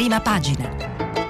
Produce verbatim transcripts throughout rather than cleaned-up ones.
Prima pagina.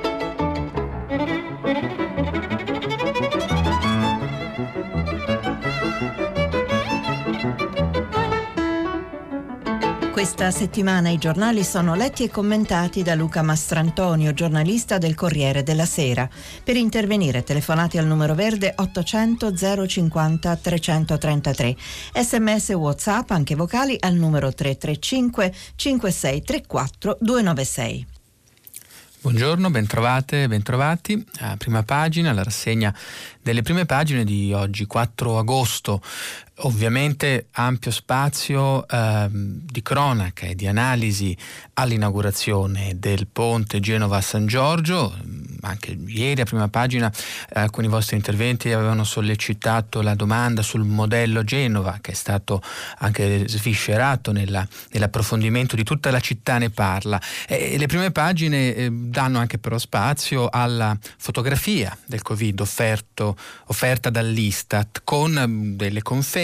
Questa settimana i giornali sono letti e commentati da Luca Mastrantonio, giornalista del Corriere della Sera. Per intervenire telefonate al numero verde ottocento zero cinquanta trecentotrentatré. Sms WhatsApp, anche vocali, al numero tre tre cinque cinque sei tre quattro due nove sei. Buongiorno, bentrovate, bentrovati. A Prima Pagina, la rassegna delle prime pagine di oggi, quattro agosto. Ovviamente ampio spazio eh, di cronaca e di analisi all'inaugurazione del ponte Genova-San Giorgio. Anche ieri a Prima Pagina eh, alcuni vostri interventi avevano sollecitato la domanda sul modello Genova, che è stato anche sviscerato nella, nell'approfondimento di tutta la città ne parla. E le prime pagine eh, danno anche però spazio alla fotografia del Covid offerto, offerta dall'Istat, con delle conferme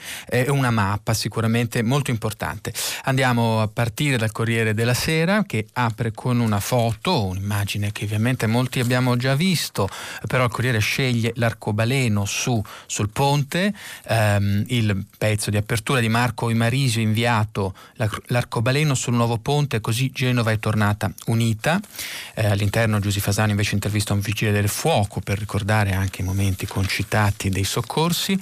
e una mappa sicuramente molto importante. Andiamo a partire dal Corriere della Sera, che apre con una foto, un'immagine che ovviamente molti abbiamo già visto, però il Corriere sceglie l'arcobaleno su, sul ponte, ehm, il pezzo di apertura di Marco Imarisio inviato, l'arcobaleno sul nuovo ponte, così Genova è tornata unita. Eh, all'interno Giusy Fasano invece intervista un vigile del fuoco per ricordare anche i momenti concitati dei soccorsi.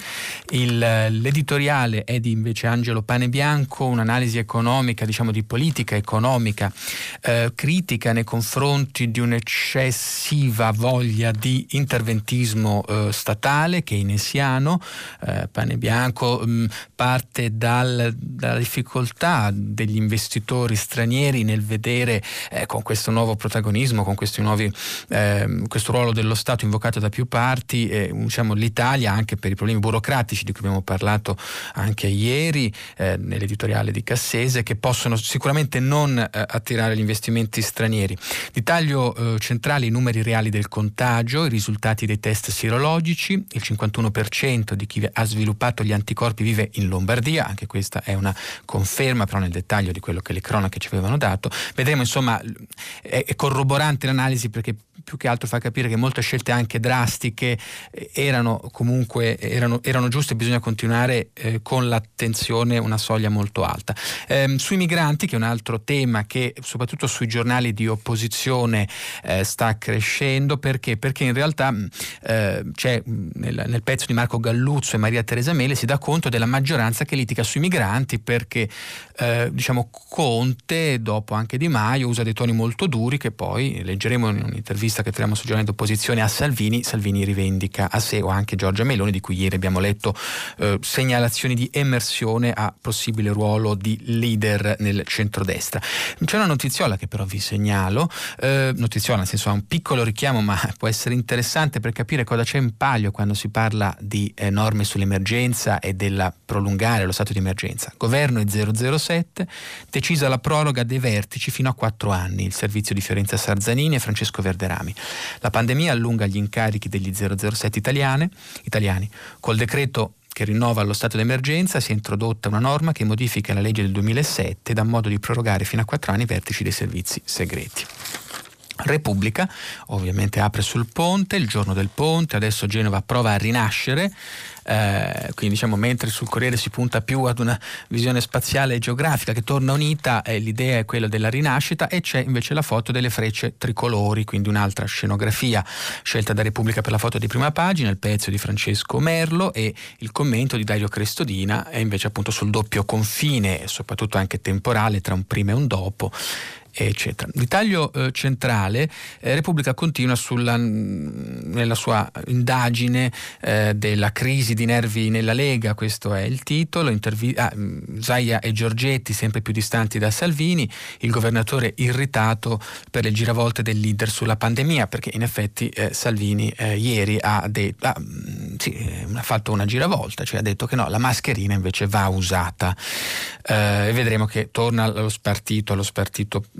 Il L'editoriale è di invece Angelo Panebianco, un'analisi economica, diciamo di politica economica, eh, critica nei confronti di un'eccessiva voglia di interventismo eh, statale keynesiano. Eh, Panebianco mh, parte dal, dalla difficoltà degli investitori stranieri nel vedere eh, con questo nuovo protagonismo, con questi nuovi, eh, questo ruolo dello Stato invocato da più parti, eh, diciamo l'Italia, anche per i problemi burocratici di cui abbiamo parlato anche ieri eh, nell'editoriale di Cassese, che possono sicuramente non eh, attirare gli investimenti stranieri. Di taglio eh, centrale i numeri reali del contagio, i risultati dei test sierologici. Il cinquantuno per cento di chi ha sviluppato gli anticorpi vive in Lombardia, anche questa è una conferma però nel dettaglio di quello che le cronache ci avevano dato. Vedremo, insomma, è, è corroborante l'analisi, perché più che altro fa capire che molte scelte anche drastiche erano comunque erano, erano giuste, bisogna continuare eh, con l'attenzione, una soglia molto alta. Eh, sui migranti, che è un altro tema che soprattutto sui giornali di opposizione eh, sta crescendo, perché? Perché in realtà eh, c'è nel, nel pezzo di Marco Galluzzo e Maria Teresa Mele si dà conto della maggioranza che litiga sui migranti, perché eh, diciamo Conte, dopo anche Di Maio, usa dei toni molto duri che poi leggeremo in un'intervista che troviamo sul giornale d'opposizione a Salvini. Salvini rivendica a sé, o anche Giorgia Meloni, di cui ieri abbiamo letto eh, segnalazioni di emersione a possibile ruolo di leader nel centrodestra. C'è una notiziola che però vi segnalo, eh, notiziola nel senso ha un piccolo richiamo, ma può essere interessante per capire cosa c'è in palio quando si parla di eh, norme sull'emergenza e della prolungare lo stato di emergenza. Governo e zero zero sette, decisa la proroga dei vertici fino a quattro anni, il servizio di Fiorenza Sarzanini e Francesco Verderami. La pandemia allunga gli incarichi degli zero zero sette italiane, italiani. Col decreto che rinnova lo stato d'emergenza si è introdotta una norma che modifica la legge del duemilasette e dà modo di prorogare fino a quattro anni i vertici dei servizi segreti. Repubblica ovviamente apre sul ponte, il giorno del ponte, adesso Genova prova a rinascere, eh, quindi diciamo mentre sul Corriere si punta più ad una visione spaziale e geografica che torna unita, eh, l'idea è quella della rinascita, e c'è invece la foto delle frecce tricolori, quindi un'altra scenografia scelta da Repubblica per la foto di prima pagina, il pezzo di Francesco Merlo e il commento di Dario Crestodina è invece appunto sul doppio confine e soprattutto anche temporale tra un prima e un dopo, eccetera. Di taglio eh, centrale, eh, Repubblica continua sulla, nella sua indagine eh, della crisi di nervi nella Lega, questo è il titolo. Intervi- ah, Zaia e Giorgetti sempre più distanti da Salvini, il governatore irritato per le giravolte del leader sulla pandemia, perché in effetti eh, Salvini eh, ieri ha, detto, ah, sì, ha fatto una giravolta, cioè ha detto che no, la mascherina invece va usata, eh, e vedremo che torna allo spartito, allo spartito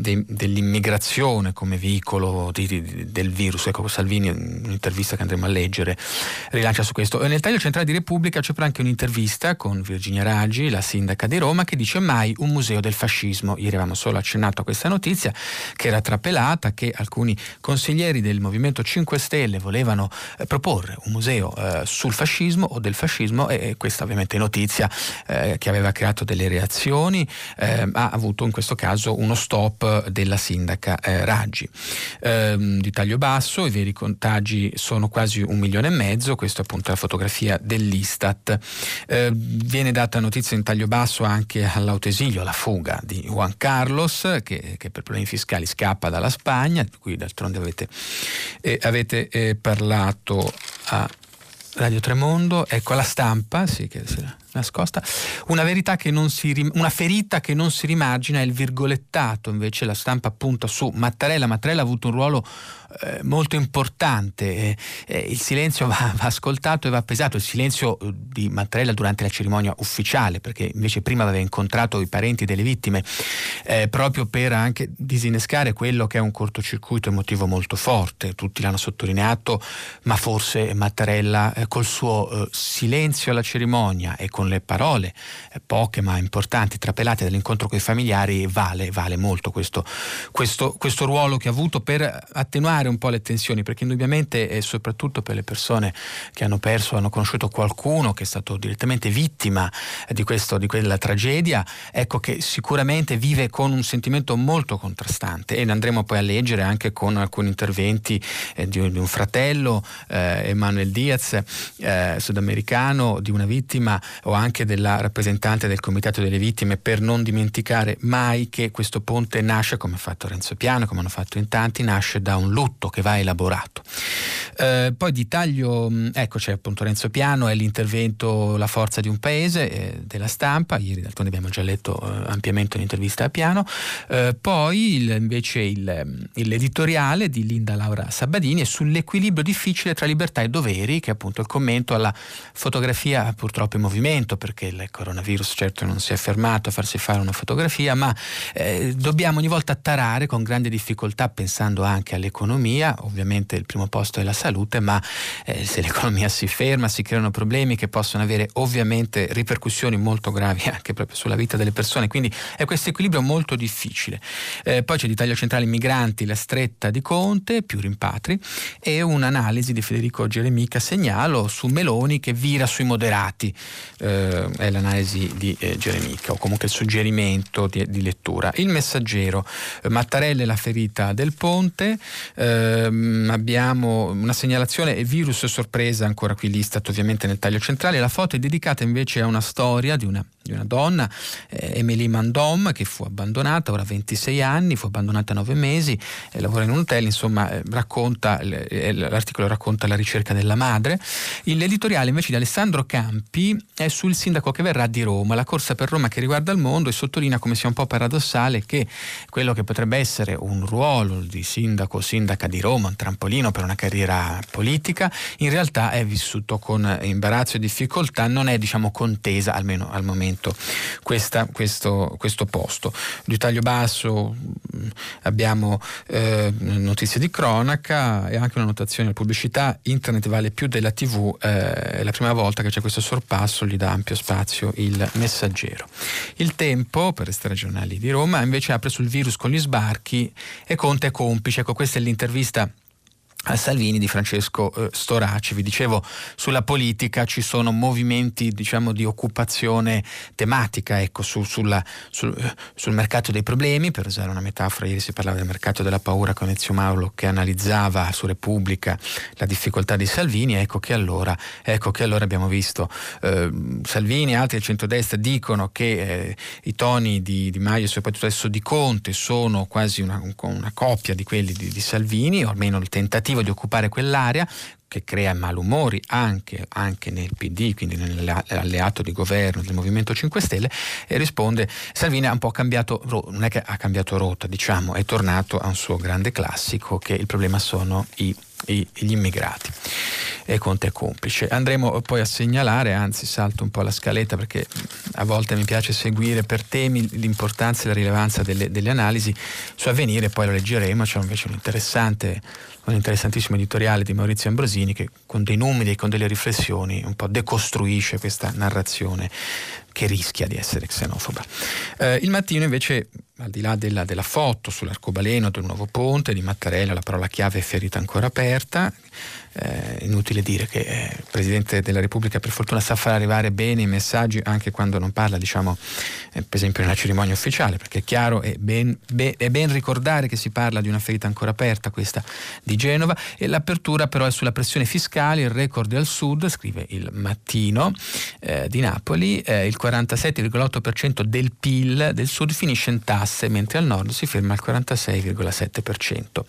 de, dell'immigrazione come veicolo di, di, del virus. Ecco, Salvini, in un'intervista che andremo a leggere, rilancia su questo. E nel taglio centrale di Repubblica c'è però anche un'intervista con Virginia Raggi, la sindaca di Roma, che dice: mai un museo del fascismo. Ieri avevamo solo accennato a questa notizia, che era trapelata, che alcuni consiglieri del Movimento cinque Stelle volevano eh, proporre un museo eh, sul fascismo o del fascismo, e, e questa ovviamente notizia eh, che aveva creato delle reazioni eh, ha avuto in questo caso uno stop della sindaca eh, Raggi. Eh, di taglio basso, i veri contagi sono quasi un milione e mezzo, questa è appunto la fotografia dell'Istat. Eh, viene data notizia in taglio basso anche all'autesilio, alla fuga di Juan Carlos, che, che per problemi fiscali scappa dalla Spagna, di cui d'altronde avete, eh, avete eh, parlato a Radio Tremondo. Ecco, alla Stampa, sì, che si nascosta una verità che non si rim- una ferita che non si rimagina, è il virgolettato. Invece la Stampa punta su Mattarella. Mattarella ha avuto un ruolo eh, molto importante, eh, eh, il silenzio va, va ascoltato e va pesato, il silenzio di Mattarella durante la cerimonia ufficiale, perché invece prima aveva incontrato i parenti delle vittime, eh, proprio per anche disinnescare quello che è un cortocircuito emotivo molto forte. Tutti l'hanno sottolineato, ma forse Mattarella eh, col suo eh, silenzio alla cerimonia e con le parole eh, poche ma importanti trapelate dall'incontro con i familiari vale, vale molto questo, questo, questo ruolo che ha avuto per attenuare un po' le tensioni, perché indubbiamente, e soprattutto per le persone che hanno perso, hanno conosciuto qualcuno che è stato direttamente vittima di questo, di quella tragedia, ecco che sicuramente vive con un sentimento molto contrastante, e ne andremo poi a leggere anche con alcuni interventi eh, di, un, di un fratello, eh, Emanuel Diaz, eh, sudamericano, di una vittima, o anche della rappresentante del Comitato delle Vittime, per non dimenticare mai che questo ponte nasce, come ha fatto Renzo Piano, come hanno fatto in tanti, nasce da un lutto che va elaborato. Eh, poi di taglio, ecco, c'è appunto Renzo Piano, è l'intervento La forza di un paese eh, della Stampa. Ieri d'altronde abbiamo già letto eh, ampiamente un'intervista a Piano. Eh, poi il, invece il, l'editoriale di Linda Laura Sabadini è sull'equilibrio difficile tra libertà e doveri, che è appunto il commento alla fotografia purtroppo in movimento, perché il coronavirus certo non si è fermato a farsi fare una fotografia, ma eh, dobbiamo ogni volta tarare con grande difficoltà, pensando anche all'economia. Ovviamente il primo posto è la salute, ma eh, se l'economia si ferma si creano problemi che possono avere ovviamente ripercussioni molto gravi anche proprio sulla vita delle persone, quindi è questo equilibrio molto difficile. Eh, poi c'è di taglio centrale migranti, la stretta di Conte, più rimpatri, e un'analisi di Federico Geremica, segnalo, su Meloni che vira sui moderati. Eh, è l'analisi di eh, Geremica, o comunque il suggerimento di, di lettura. Il Messaggero, eh, Mattarella e la ferita del ponte. Eh, abbiamo una segnalazione e virus sorpresa, ancora qui l'Istat ovviamente nel taglio centrale. La foto è dedicata invece a una storia di una, di una donna, eh, Emily Mandom, che fu abbandonata, ora ventisei anni, fu abbandonata nove mesi, eh, lavora in un hotel, insomma eh, racconta, eh, l'articolo racconta la ricerca della madre. L'editoriale invece di Alessandro Campi è sul sindaco che verrà di Roma, la corsa per Roma che riguarda il mondo, e sottolinea come sia un po' paradossale che quello che potrebbe essere un ruolo di sindaco o sindaca di Roma, un trampolino per una carriera politica, in realtà è vissuto con imbarazzo e difficoltà, non è diciamo contesa, almeno al momento, questa, questo, questo posto. Di taglio basso abbiamo eh, notizie di cronaca e anche una notazione alla pubblicità: internet vale più della tivù, eh, è la prima volta che c'è questo sorpasso, gli dà ampio spazio il Messaggero. Il Tempo, per restare ai giornali di Roma, invece apre sul virus con gli sbarchi e Conte è complice. Ecco, questa è l'intervista a Salvini di Francesco eh, Storace. Vi dicevo, sulla politica ci sono movimenti diciamo di occupazione tematica, ecco, su, sulla, sul, eh, sul mercato dei problemi, per usare una metafora. Ieri si parlava del mercato della paura con Ezio Mauro, che analizzava su Repubblica la difficoltà di Salvini. Ecco che allora, ecco che allora abbiamo visto eh, Salvini e altri del centrodestra dicono che eh, i toni di, di Maio e soprattutto adesso di Conte sono quasi una, una coppia di quelli di, di Salvini, o almeno il tentativo di occupare quell'area, che crea malumori anche, anche nel P D, quindi nell'alleato di governo del Movimento cinque Stelle. E risponde: Salvini ha un po' cambiato, non è che ha cambiato rotta, diciamo, è tornato a un suo grande classico, che il problema sono i i, gli immigrati. E Conte è complice. Andremo poi a segnalare, anzi salto un po' la scaletta perché a volte mi piace seguire per temi l'importanza e la rilevanza delle, delle analisi. Su Avvenire poi lo leggeremo, c'è invece un interessante un interessantissimo editoriale di Maurizio Ambrosini che con dei numeri e con delle riflessioni un po' decostruisce questa narrazione che rischia di essere xenofoba. Eh, il Mattino invece, al di là della, della foto sull'arcobaleno del nuovo ponte di Mattarella, la parola chiave è ferita ancora aperta. Eh, inutile dire che eh, il Presidente della Repubblica per fortuna sa far arrivare bene i messaggi anche quando non parla, diciamo, eh, per esempio nella cerimonia ufficiale, perché è chiaro, è ben, be, è ben ricordare che si parla di una ferita ancora aperta, questa di Genova, e l'apertura però è sulla pressione fiscale, il record è al sud, scrive il Mattino eh, di Napoli, eh, il quarantasette virgola otto per cento del P I L del sud finisce in tasse, mentre al nord si ferma al quarantasei virgola sette per cento.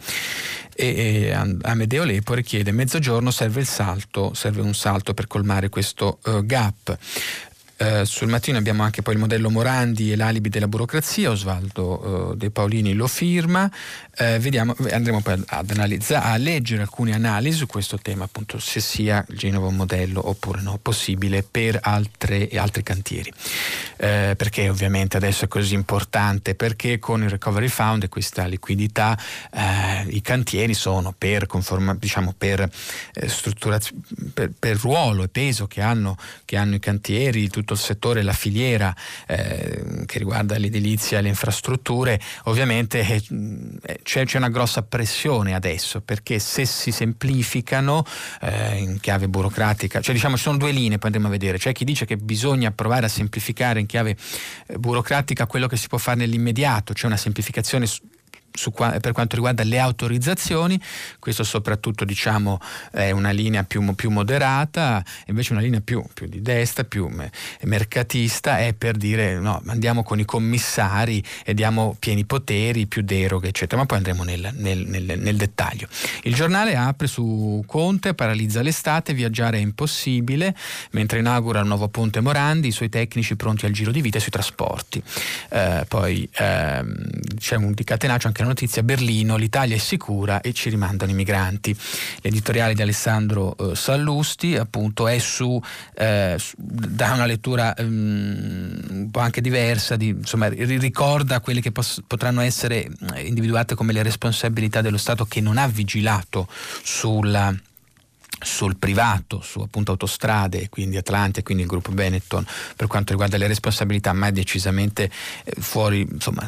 E, e Amedeo Lepore chiede: mezzogiorno serve il salto, serve un salto per colmare questo uh, gap. Uh, sul Mattino abbiamo anche poi il modello Morandi e l'alibi della burocrazia, Osvaldo uh, De Paolini lo firma. Uh, vediamo, andremo poi ad, ad analizzare, a leggere alcune analisi su questo tema, appunto, se sia Genova un modello oppure no possibile per altre, altri cantieri. Uh, perché ovviamente adesso è così importante? Perché con il Recovery Fund e questa liquidità uh, i cantieri sono per conforma, diciamo per eh, strutturazione, per, per ruolo e peso che hanno, che hanno i cantieri, tutto il settore, la filiera eh, che riguarda l'edilizia e le infrastrutture, ovviamente eh, c'è, c'è una grossa pressione adesso, perché se si semplificano eh, in chiave burocratica, cioè diciamo ci sono due linee, poi andremo a vedere, c'è chi dice che bisogna provare a semplificare in chiave eh, burocratica quello che si può fare nell'immediato, cioè una semplificazione su Su qua, per quanto riguarda le autorizzazioni, questo soprattutto diciamo è una linea più, più moderata, invece una linea più, più di destra, più mercatista è per dire no, andiamo con i commissari e diamo pieni poteri, più deroghe eccetera, ma poi andremo nel, nel, nel, nel dettaglio. Il Giornale apre su Conte, paralizza l'estate, viaggiare è impossibile, mentre inaugura il nuovo ponte Morandi, i suoi tecnici pronti al giro di vita sui trasporti. Eh, poi ehm, c'è un di catenaccio anche la notizia: Berlino, l'Italia è sicura e ci rimandano i migranti. L'editoriale di Alessandro eh, Sallusti appunto è su, eh, su dà una lettura um, un po' anche diversa, di, insomma ricorda quelle che pos- potranno essere individuate come le responsabilità dello Stato che non ha vigilato sulla sul privato, su appunto autostrade, quindi Atlantia, quindi il gruppo Benetton, per quanto riguarda le responsabilità, ma è decisamente eh, fuori, insomma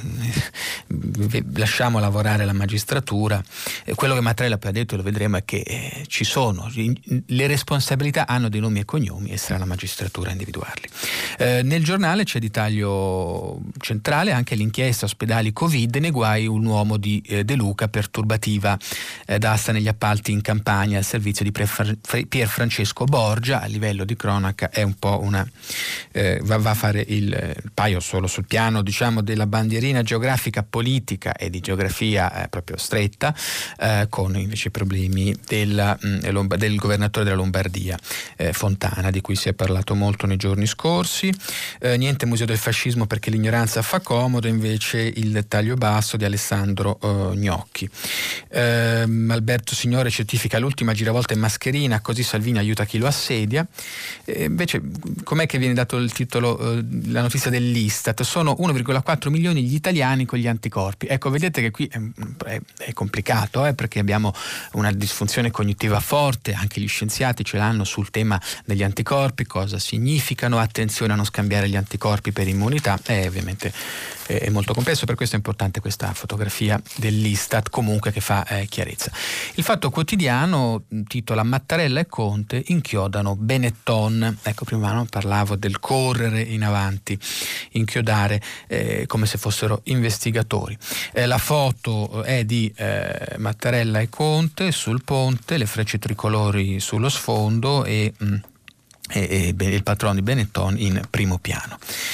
eh, lasciamo lavorare la magistratura. Eh, quello che Mattarella poi ha detto, lo vedremo, è che eh, ci sono le responsabilità, hanno dei nomi e cognomi e sarà la magistratura a individuarli. Eh, nel Giornale c'è di taglio centrale anche l'inchiesta ospedali Covid, nei guai un uomo di eh, De Luca per turbativa eh, d'asta negli appalti in Campania al servizio di Pre- Pier Francesco Borgia. A livello di cronaca è un po' una eh, va, va a fare il, il paio solo sul piano diciamo della bandierina geografica politica e di geografia eh, proprio stretta, eh, con invece i problemi della, mh, del governatore della Lombardia eh, Fontana, di cui si è parlato molto nei giorni scorsi. Eh, niente museo del fascismo perché l'ignoranza fa comodo, invece il taglio basso di Alessandro eh, Gnocchi. Eh, Alberto Signore certifica l'ultima giravolta in mascherina, così Salvini aiuta chi lo assedia. E invece com'è che viene dato il titolo, eh, la notizia dell'Istat? Sono uno virgola quattro milioni gli italiani con gli anticorpi. Ecco, vedete che qui è, è, è complicato, eh, perché abbiamo una disfunzione cognitiva forte, anche gli scienziati ce l'hanno sul tema degli anticorpi, cosa significano, attenzione a non scambiare gli anticorpi per immunità, è ovviamente è, è molto complesso, per questo è importante questa fotografia dell'Istat comunque che fa eh, chiarezza. Il Fatto Quotidiano titola: Mattarella e Conte inchiodano Benetton. Ecco, prima no, parlavo del correre in avanti, inchiodare eh, come se fossero investigatori. Eh, la foto è di eh, Mattarella e Conte sul ponte, le frecce tricolori sullo sfondo e, mh, e, e il patrono di Benetton in primo piano.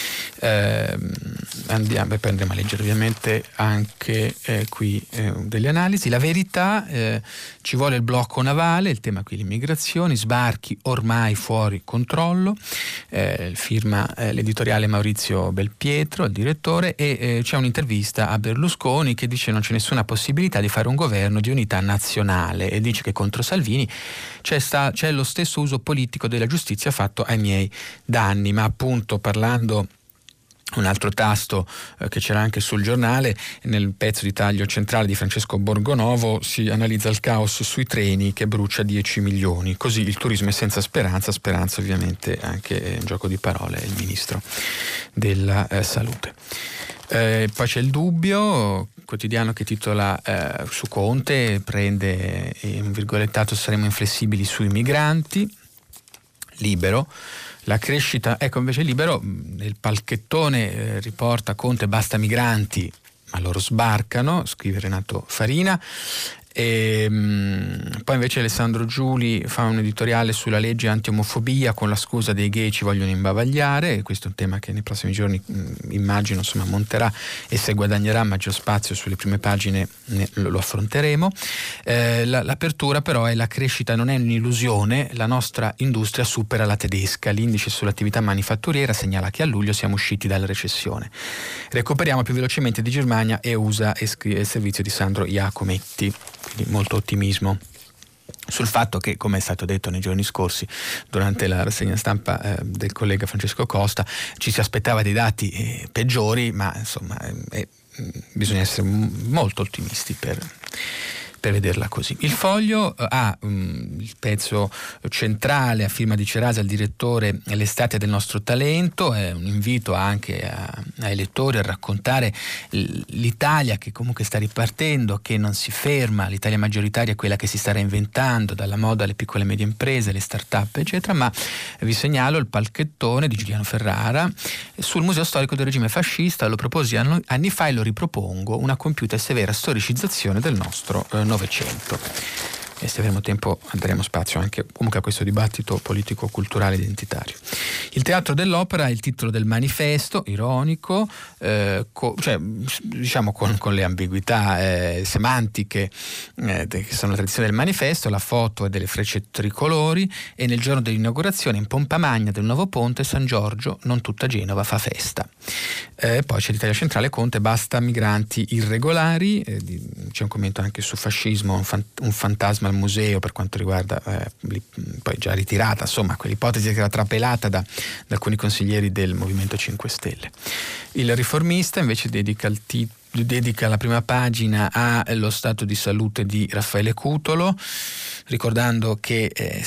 Eh, andiamo, poi andremo a leggere ovviamente anche eh, qui eh, delle analisi. La verità, eh, ci vuole il blocco navale, il tema qui l'immigrazione, sbarchi ormai fuori controllo, eh, firma eh, l'editoriale Maurizio Belpietro, il direttore, e eh, c'è un'intervista a Berlusconi che dice non c'è nessuna possibilità di fare un governo di unità nazionale e dice che contro Salvini c'è, sta, c'è lo stesso uso politico della giustizia fatto ai miei danni. Ma appunto, parlando un altro tasto eh, che c'era anche sul giornale, nel pezzo di taglio centrale di Francesco Borgonovo si analizza il caos sui treni che brucia dieci milioni, così il turismo è senza speranza, speranza ovviamente anche un gioco di parole, il ministro della eh, salute. Eh, poi c'è il Dubbio, quotidiano che titola eh, su Conte, prende eh, un virgolettato saremo inflessibili sui migranti. Libero, la crescita, ecco invece Libero nel palchettone eh, riporta Conte basta migranti ma loro sbarcano, scrive Renato Farina. E, mh, poi invece Alessandro Giuli fa un editoriale sulla legge anti-omofobia con la scusa dei gay ci vogliono imbavagliare, e questo è un tema che nei prossimi giorni mh, immagino insomma monterà, e se guadagnerà maggior spazio sulle prime pagine ne, lo, lo affronteremo. Eh, la, l'apertura però è la crescita non è un'illusione, la nostra industria supera la tedesca, l'indice sull'attività manifatturiera segnala che a luglio siamo usciti dalla recessione, recuperiamo più velocemente di Germania e U S A, e scrive il servizio di Sandro Iacometti. Quindi molto ottimismo sul fatto che, come è stato detto nei giorni scorsi durante la rassegna stampa eh, del collega Francesco Costa, ci si aspettava dei dati eh, peggiori, ma insomma eh, eh, bisogna essere m- molto ottimisti per per vederla così. Il Foglio eh, ha um, il pezzo centrale a firma di Cerasa, il direttore, l'estate del nostro talento, è un invito anche a, ai lettori a raccontare l'Italia che comunque sta ripartendo, che non si ferma, l'Italia maggioritaria è quella che si sta reinventando, dalla moda alle piccole e medie imprese, le start-up eccetera, ma vi segnalo il palchettone di Giuliano Ferrara sul Museo Storico del Regime Fascista, lo proposi anni fa e lo ripropongo, una compiuta e severa storicizzazione del nostro eh, Novecento. E se avremo tempo daremo spazio anche comunque a questo dibattito politico-culturale identitario. Il teatro dell'opera è il titolo del manifesto, ironico, eh, co, cioè diciamo con, con le ambiguità eh, semantiche eh, che sono la tradizione del manifesto. La foto è delle frecce tricolori e nel giorno dell'inaugurazione in pompa magna del nuovo ponte San Giorgio non tutta Genova fa festa. Eh, poi c'è l'Italia centrale, Conte basta migranti irregolari, eh, di, c'è un commento anche su fascismo, un, fan, un fantasma al museo per quanto riguarda eh, li, poi già ritirata insomma quell'ipotesi che era trapelata da, da alcuni consiglieri del Movimento cinque Stelle. Il Riformista invece dedica il titolo dedica la prima pagina allo stato di salute di Raffaele Cutolo, ricordando che è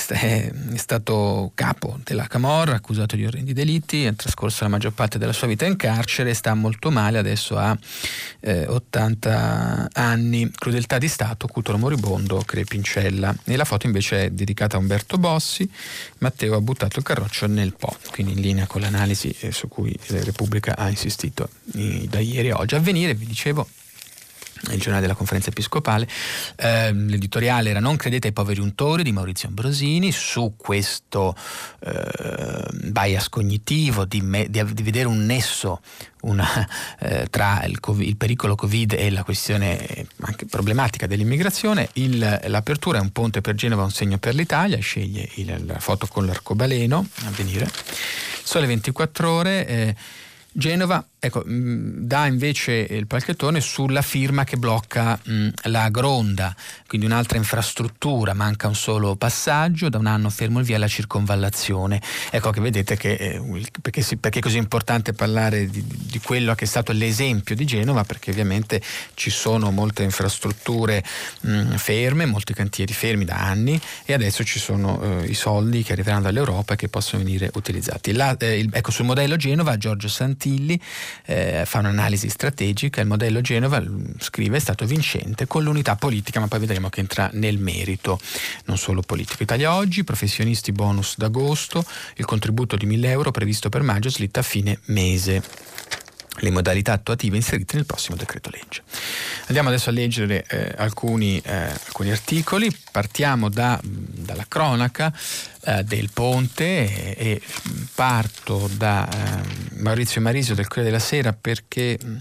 stato capo della Camorra, accusato di orrendi delitti, ha trascorso la maggior parte della sua vita in carcere, sta molto male, adesso ha eh, ottanta anni, crudeltà di Stato, Cutolo moribondo, crepi in cella. E la foto invece è dedicata a Umberto Bossi, Matteo ha buttato il carroccio nel Po, quindi in linea con l'analisi eh, su cui la Repubblica ha insistito eh, da ieri e oggi. Avvenire, vi dicevo, il giornale della Conferenza Episcopale, eh, l'editoriale era Non credete ai poveri untori di Maurizio Ambrosini, su questo eh, bias cognitivo di, me, di, di vedere un nesso una, eh, tra il, COVID, il pericolo Covid e la questione anche problematica dell'immigrazione. Il, l'apertura è un ponte per Genova, un segno per l'Italia, sceglie il, la foto con l'arcobaleno. Avvenire, Sole ventiquattro ore, eh, Genova, ecco, mh, dà invece il palchettone sulla firma che blocca mh, la Gronda, quindi un'altra infrastruttura, manca un solo passaggio, da un anno fermo il via alla circonvallazione. Ecco che vedete che eh, perché, si, perché è così importante parlare di, di quello che è stato l'esempio di Genova, perché ovviamente ci sono molte infrastrutture mh, ferme, molti cantieri fermi da anni, e adesso ci sono eh, i soldi che arriveranno dall'Europa e che possono venire utilizzati. La, eh, il, ecco, sul modello Genova Giorgio Santilli eh, fa un'analisi strategica. Il modello Genova, scrive, è stato vincente con l'unità politica, ma poi vedremo che entra nel merito non solo politico. Italia Oggi, professionisti bonus d'agosto, il contributo di mille euro previsto per maggio slitta a fine mese. le modalità attuative inserite nel prossimo decreto legge. Andiamo adesso a leggere eh, alcuni, eh, alcuni articoli. Partiamo da, dalla cronaca eh, del ponte e, e parto da eh, Maurizio Marisio del Corriere della Sera, perché mh,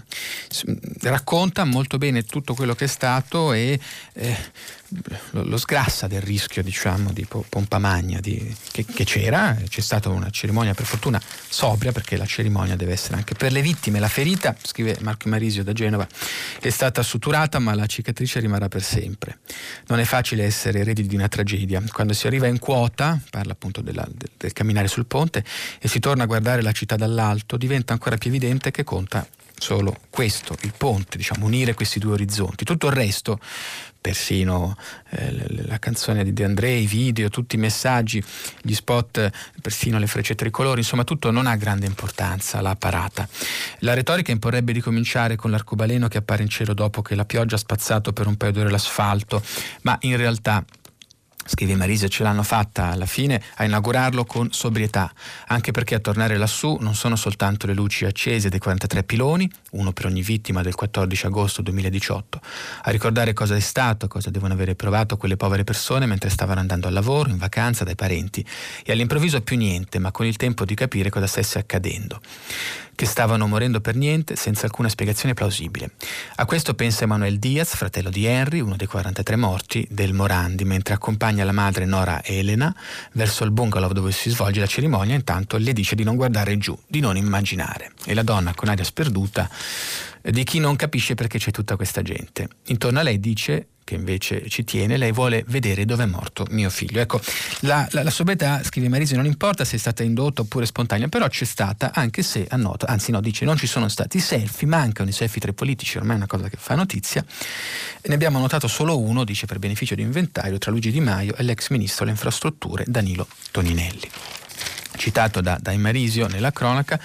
racconta molto bene tutto quello che è stato e eh, lo, lo sgrassa del rischio, diciamo, di pompa magna di, che, che c'era. C'è stata una cerimonia, per fortuna sobria, perché la cerimonia deve essere anche per le vittime. La ferita, scrive Marco Marisio da Genova, è stata suturata, ma la cicatrice rimarrà per sempre. Non è facile essere eredi di una tragedia. Quando si arriva in quota, parla appunto della, del, del camminare sul ponte, e si torna a guardare la città dall'alto, diventa ancora più evidente che conta solo questo, il ponte, diciamo, unire questi due orizzonti. Tutto il resto, persino eh, la canzone di De André, i video, tutti i messaggi, gli spot, persino le frecce tricolori, insomma tutto non ha grande importanza, la parata. La retorica imporrebbe di cominciare con l'arcobaleno che appare in cielo dopo che la pioggia ha spazzato per un paio d'ore l'asfalto, ma in realtà, scrive Marisio, ce l'hanno fatta alla fine a inaugurarlo con sobrietà, anche perché a tornare lassù non sono soltanto le luci accese dei quarantatré piloni, uno per ogni vittima del quattordici agosto duemiladiciotto, a ricordare cosa è stato, cosa devono avere provato quelle povere persone mentre stavano andando al lavoro, in vacanza, dai parenti, e all'improvviso più niente, ma con il tempo di capire cosa stesse accadendo, che stavano morendo per niente, senza alcuna spiegazione plausibile. A questo pensa Emanuel Diaz, fratello di Henry, uno dei quarantatré morti del Morandi, mentre accompagna la madre Nora Elena verso il bungalow dove si svolge la cerimonia. Intanto le dice di non guardare giù, di non immaginare. E la donna, con aria sperduta, di chi non capisce perché c'è tutta questa gente. Intorno a lei dice, che invece ci tiene, lei vuole vedere dove è morto mio figlio. Ecco, la, la, la sobrietà, scrive Marisio, non importa se è stata indotta oppure spontanea, però c'è stata, anche se annota, anzi no, dice non ci sono stati selfie, mancano i selfie tra i politici, ormai è una cosa che fa notizia. Ne abbiamo notato solo uno, dice, per beneficio di inventario, tra Luigi Di Maio e l'ex ministro delle infrastrutture Danilo Toninelli. Citato da, da Marisio nella cronaca,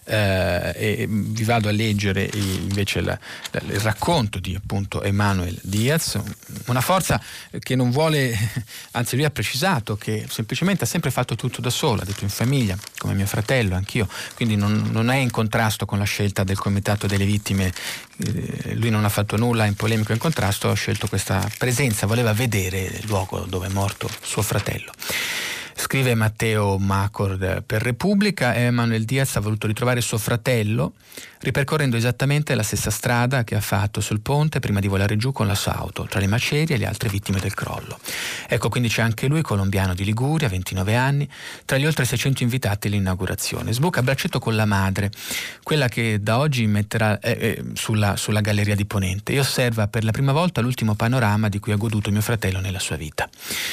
eh, e vi vado a leggere invece la, la, il racconto di appunto Emanuel Diaz, una forza che non vuole, anzi lui ha precisato che semplicemente ha sempre fatto tutto da solo, ha detto in famiglia, come mio fratello, anch'io, quindi non, non è in contrasto con la scelta del comitato delle vittime, eh, lui non ha fatto nulla in polemico o in contrasto, ha scelto questa presenza, voleva vedere il luogo dove è morto suo fratello. Scrive Matteo Macor per Repubblica, Emanuel Diaz ha voluto ritrovare suo fratello ripercorrendo esattamente la stessa strada che ha fatto sul ponte prima di volare giù con la sua auto, tra le macerie e le altre vittime del crollo. Ecco, quindi c'è anche lui, colombiano di Liguria, ventinove anni, tra gli oltre seicento invitati all'inaugurazione. Sbuca a braccetto con la madre, quella che da oggi metterà eh, eh, sulla, sulla galleria di Ponente, e osserva per la prima volta l'ultimo panorama di cui ha goduto mio fratello nella sua vita.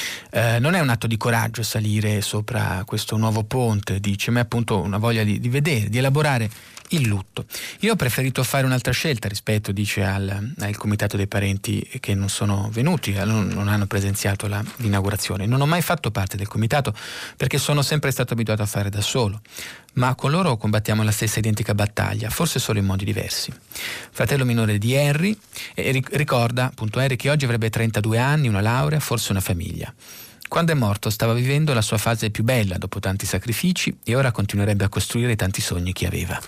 Eh, non è un atto di coraggio salire sopra questo nuovo ponte, dice, ma è appunto una voglia di, di vedere, di elaborare il lutto. Io ho preferito fare un'altra scelta rispetto, dice, al, al comitato dei parenti che non sono venuti, non, non hanno presenziato la, l'inaugurazione. Non ho mai fatto parte del comitato perché sono sempre stato abituato a fare da solo, ma con loro combattiamo la stessa identica battaglia, forse solo in modi diversi. Fratello minore di Henry, e ricorda appunto Henry che oggi avrebbe trentadue anni, una laurea, forse una famiglia. Quando è morto stava vivendo la sua fase più bella dopo tanti sacrifici e ora continuerebbe a costruire tanti sogni che aveva.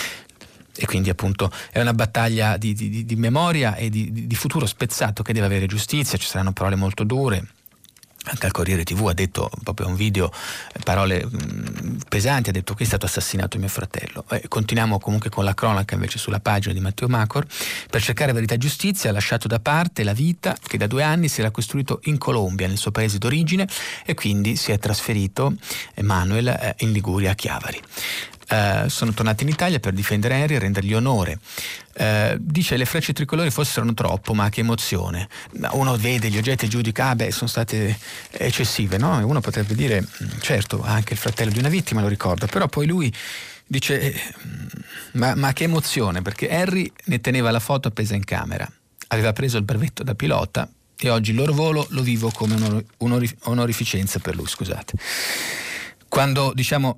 E quindi appunto è una battaglia di, di, di memoria e di, di futuro spezzato che deve avere giustizia. Ci saranno parole molto dure. Anche al Corriere tivù ha detto, proprio un video, parole mh, pesanti, ha detto qui è stato assassinato mio fratello. Eh, continuiamo comunque con la cronaca invece sulla pagina di Matteo Macor. Per cercare verità e giustizia ha lasciato da parte la vita che da due anni si era costruito in Colombia, nel suo paese d'origine, e quindi si è trasferito Emanuel eh, in Liguria, a Chiavari. Uh, sono tornati in Italia per difendere Henry e rendergli onore. Uh, dice le frecce tricolori forse erano troppo, ma che emozione. Uno vede gli oggetti e giudica, ah beh, sono state eccessive, no? E uno potrebbe dire, certo, anche il fratello di una vittima lo ricorda, però poi lui dice, ma, ma che emozione, perché Henry ne teneva la foto appesa in camera, aveva preso il brevetto da pilota e oggi il loro volo lo vivo come un'onor- un'onor- onorificenza per lui, scusate. Quando diciamo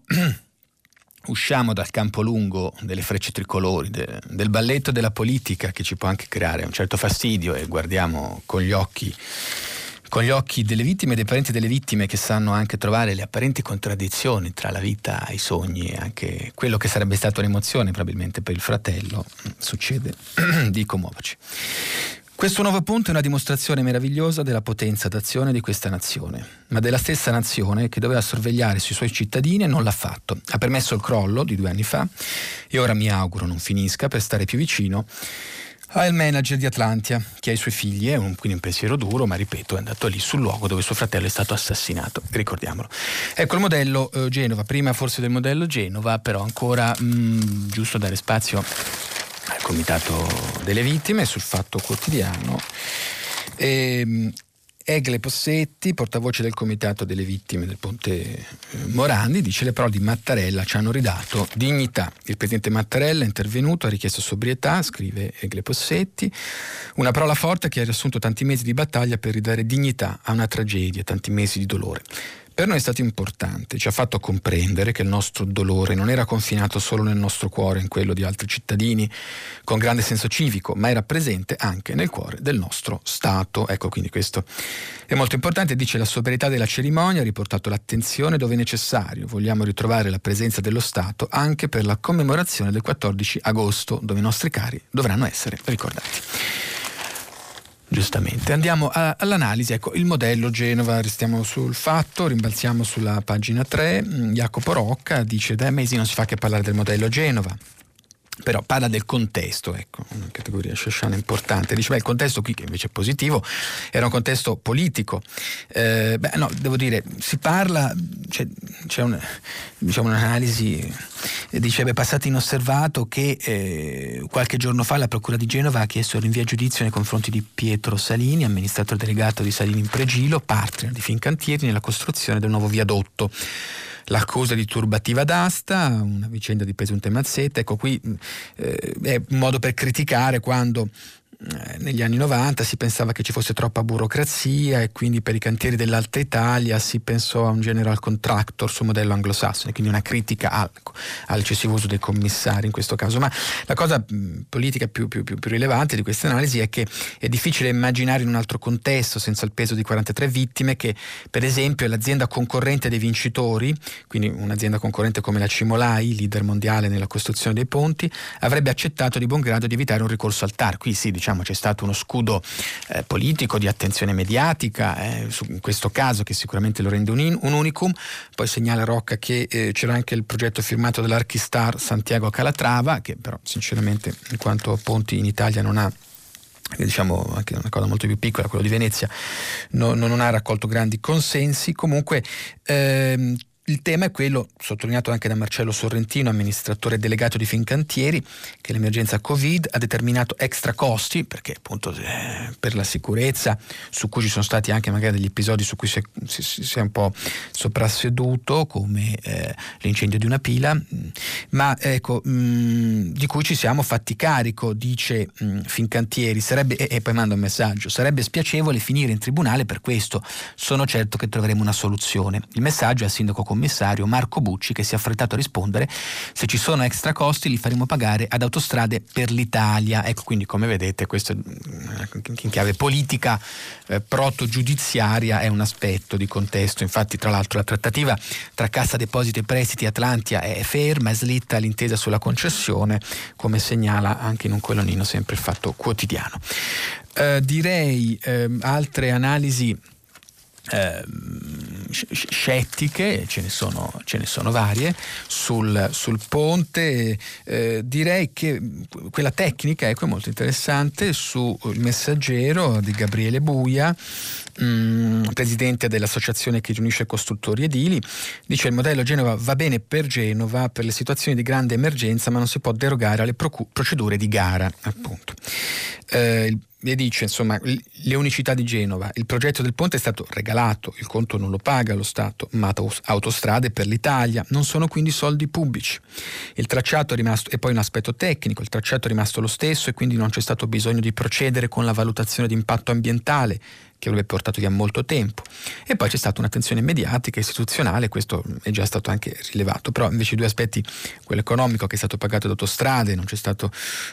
usciamo dal campo lungo delle frecce tricolori, de, del balletto della politica che ci può anche creare un certo fastidio, e guardiamo con gli occhi con gli occhi delle vittime e dei parenti delle vittime, che sanno anche trovare le apparenti contraddizioni tra la vita e i sogni e anche quello che sarebbe stata un'emozione probabilmente per il fratello, succede di commuoverci. Questo nuovo punto è una dimostrazione meravigliosa della potenza d'azione di questa nazione, ma della stessa nazione che doveva sorvegliare sui suoi cittadini e non l'ha fatto. Ha permesso il crollo di due anni fa e ora mi auguro non finisca per stare più vicino al manager di Atlantia, che ha i suoi figli, è un, quindi un pensiero duro, ma ripeto, è andato lì sul luogo dove suo fratello è stato assassinato, ricordiamolo. Ecco il modello eh, Genova, prima forse del modello Genova, però ancora mh, giusto dare spazio al Comitato delle Vittime, sul Fatto Quotidiano. E, Egle Possetti, portavoce del Comitato delle Vittime del Ponte Morandi, dice: le parole di Mattarella ci hanno ridato dignità. Il presidente Mattarella è intervenuto, ha richiesto sobrietà, scrive Egle Possetti, una parola forte che ha riassunto tanti mesi di battaglia per ridare dignità a una tragedia, tanti mesi di dolore. Per noi è stato importante, ci ha fatto comprendere che il nostro dolore non era confinato solo nel nostro cuore, in quello di altri cittadini con grande senso civico, ma era presente anche nel cuore del nostro Stato. Ecco, quindi questo è molto importante. Dice: la sobrietà della cerimonia ha riportato l'attenzione dove è necessario. Vogliamo ritrovare la presenza dello Stato anche per la commemorazione del quattordici agosto, dove i nostri cari dovranno essere ricordati. Giustamente, andiamo a, all'analisi. Ecco, il modello Genova, restiamo sul Fatto, rimbalziamo sulla pagina tre. Jacopo Rocca dice: da mesi non si fa che parlare del modello Genova, però parla del contesto, ecco, una categoria sciasciana importante. Dice: beh, il contesto qui, che invece è positivo, era un contesto politico. Eh, beh, no, devo dire, si parla, c'è, c'è un, diciamo un'analisi, dice: beh, passato inosservato che eh, qualche giorno fa la Procura di Genova ha chiesto il rinvio a giudizio nei confronti di Pietro Salini, amministratore delegato di Salini Impregilo, partner di Fincantieri nella costruzione del nuovo viadotto. L'accusa di turbativa d'asta, una vicenda di presunte mazzette. Ecco, qui eh, è un modo per criticare quando eh, negli anni novanta si pensava che ci fosse troppa burocrazia e quindi per i cantieri dell'Alta Italia si pensò a un general contractor sul modello anglosassone, quindi una critica al, all'eccessivo uso dei commissari in questo caso. Ma la cosa mh, politica più, più, più, più rilevante di questa analisi è che è difficile immaginare in un altro contesto, senza il peso di quarantatré vittime, che per esempio l'azienda concorrente dei vincitori, quindi un'azienda concorrente come la Cimolai, leader mondiale nella costruzione dei ponti, avrebbe accettato di buon grado di evitare un ricorso al T A R. Qui sì, diciamo c'è stato uno scudo eh, politico di attenzione mediatica eh, su, in questo caso, che sicuramente lo rende un, in, un unicum. Poi segnala Rocca che eh, c'era anche il progetto firmato dall'Archistar Santiago Calatrava, che però sinceramente in quanto ponti in Italia non ha, diciamo anche una cosa molto più piccola, quello di Venezia, no, non ha raccolto grandi consensi. Comunque ehm, il tema è quello sottolineato anche da Marcello Sorrentino, amministratore delegato di Fincantieri, che l'emergenza Covid ha determinato extra costi, perché appunto eh, per la sicurezza, su cui ci sono stati anche magari degli episodi su cui si è, si, si è un po' soprasseduto, come eh, l'incendio di una pila, ma ecco mh, di cui ci siamo fatti carico, dice mh, Fincantieri. Sarebbe, e, e poi manda un messaggio: sarebbe spiacevole finire in tribunale per questo, sono certo che troveremo una soluzione. Il messaggio è al sindaco commissario Marco Bucci, che si è affrettato a rispondere: se ci sono extra costi li faremo pagare ad Autostrade per l'Italia. Ecco, quindi come vedete questo in chiave politica eh, proto-giudiziaria è un aspetto di contesto. Infatti tra l'altro la trattativa tra Cassa Depositi e Prestiti e Atlantia è ferma, è slitta l'intesa sulla concessione, come segnala anche in un colonnino sempre il Fatto Quotidiano. Eh, direi eh, altre analisi Eh, scettiche, ce ne sono, ce ne sono varie sul, sul ponte. Eh, direi che quella tecnica, ecco, è molto interessante, su Il Messaggero di Gabriele Buia, mh, presidente dell'associazione che riunisce costruttori edili. Dice: il modello Genova va bene per Genova per le situazioni di grande emergenza, ma non si può derogare alle procu- procedure di gara, appunto. Eh, E dice, insomma, le unicità di Genova: il progetto del ponte è stato regalato, il conto non lo paga lo Stato, ma Autostrade per l'Italia, non sono quindi soldi pubblici. Il tracciato è rimasto, e poi un aspetto tecnico, il tracciato è rimasto lo stesso e quindi non c'è stato bisogno di procedere con la valutazione di impatto ambientale, che avrebbe portato via molto tempo. E poi c'è stata un'attenzione mediatica, istituzionale, questo è già stato anche rilevato, però invece i due aspetti, quello economico, che è stato pagato da Autostrade, non c'è stato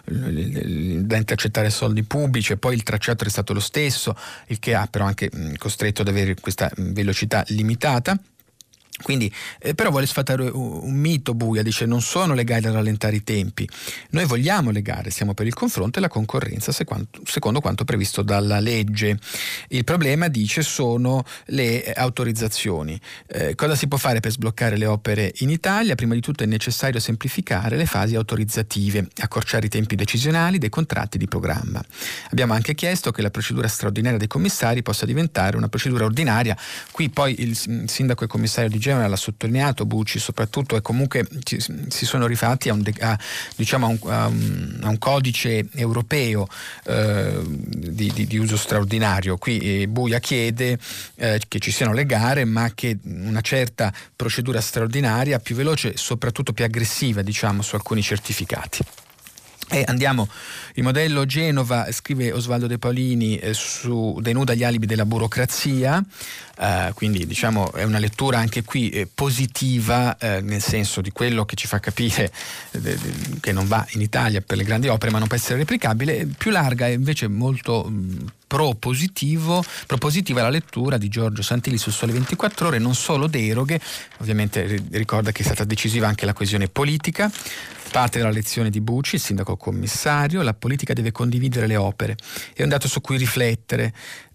da intercettare soldi pubblici, e poi il tracciato è stato lo stesso, il che ha però anche costretto ad avere questa velocità limitata. Quindi, eh, però vuole sfatare un, un mito Buia, dice non sono legati a rallentare i tempi, noi vogliamo legare, siamo per il confronto e la concorrenza secondo, secondo quanto previsto dalla legge. Il problema, dice, sono le autorizzazioni. Eh, cosa si può fare per sbloccare le opere in Italia? Prima di tutto è necessario semplificare le fasi autorizzative, accorciare i tempi decisionali dei contratti di programma. Abbiamo anche chiesto che la procedura straordinaria dei commissari possa diventare una procedura ordinaria. Qui poi il sindaco e commissario di Genova l'ha sottolineato, Bucci soprattutto, e comunque ci, si sono rifatti a un, a, diciamo a un, a un, a un codice europeo eh, di, di, di uso straordinario. Qui eh, Buia chiede eh, che ci siano le gare, ma che una certa procedura straordinaria più veloce e soprattutto più aggressiva, diciamo, su alcuni certificati. E andiamo, il modello Genova, scrive Osvaldo De Paolini, eh, su denuda gli alibi della burocrazia, eh, quindi diciamo è una lettura anche qui eh, positiva, eh, nel senso di quello che ci fa capire eh, de, de, che non va in Italia per le grandi opere ma non può essere replicabile. Più larga è invece molto mh, propositivo, propositiva la lettura di Giorgio Santilli sul Sole ventiquattro Ore, non solo deroghe, ovviamente ricorda che è stata decisiva anche la coesione politica. Parte della lezione di Bucci, il sindaco commissario, la politica deve condividere le opere, è un dato su cui riflettere.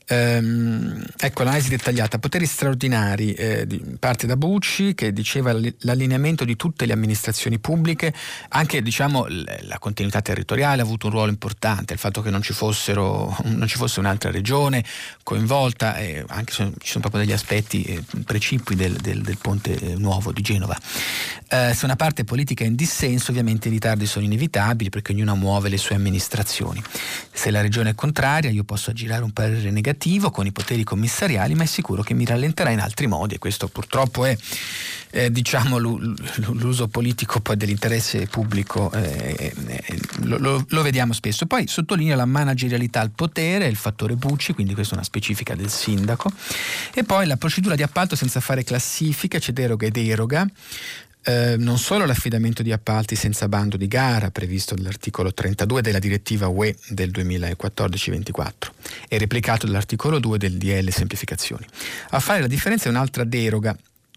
Ehm, ecco l'analisi dettagliata, poteri straordinari, eh, parte da Bucci che diceva l'allineamento di tutte le amministrazioni pubbliche, anche diciamo la continuità territoriale ha avuto un ruolo importante, il fatto che non ci fossero non ci fosse un'altra regione coinvolta, eh, anche se ci sono proprio degli aspetti eh, precipui del, del, del ponte nuovo di Genova. Eh, se una parte politica è in dissenso, ovviamente i ritardi sono inevitabili perché ognuna muove le sue amministrazioni. Se la regione è contraria, io posso aggirare un parere negativo con i poteri commissariali, ma è sicuro che mi rallenterà in altri modi, e questo purtroppo è eh, diciamo l'uso politico poi dell'interesse pubblico, eh, eh, lo, lo, lo vediamo spesso. Poi sottolinea la managerialità al potere, il fattore Bucci, quindi questa è una specifica del sindaco, e poi la procedura di appalto senza fare classifiche, c'è deroga e deroga. Eh, non solo l'affidamento di appalti senza bando di gara previsto dall'articolo trentadue della direttiva U E del duemilaquattordici ventiquattro e replicato dall'articolo due del D L semplificazioni. A fare la differenza è un'altra deroga,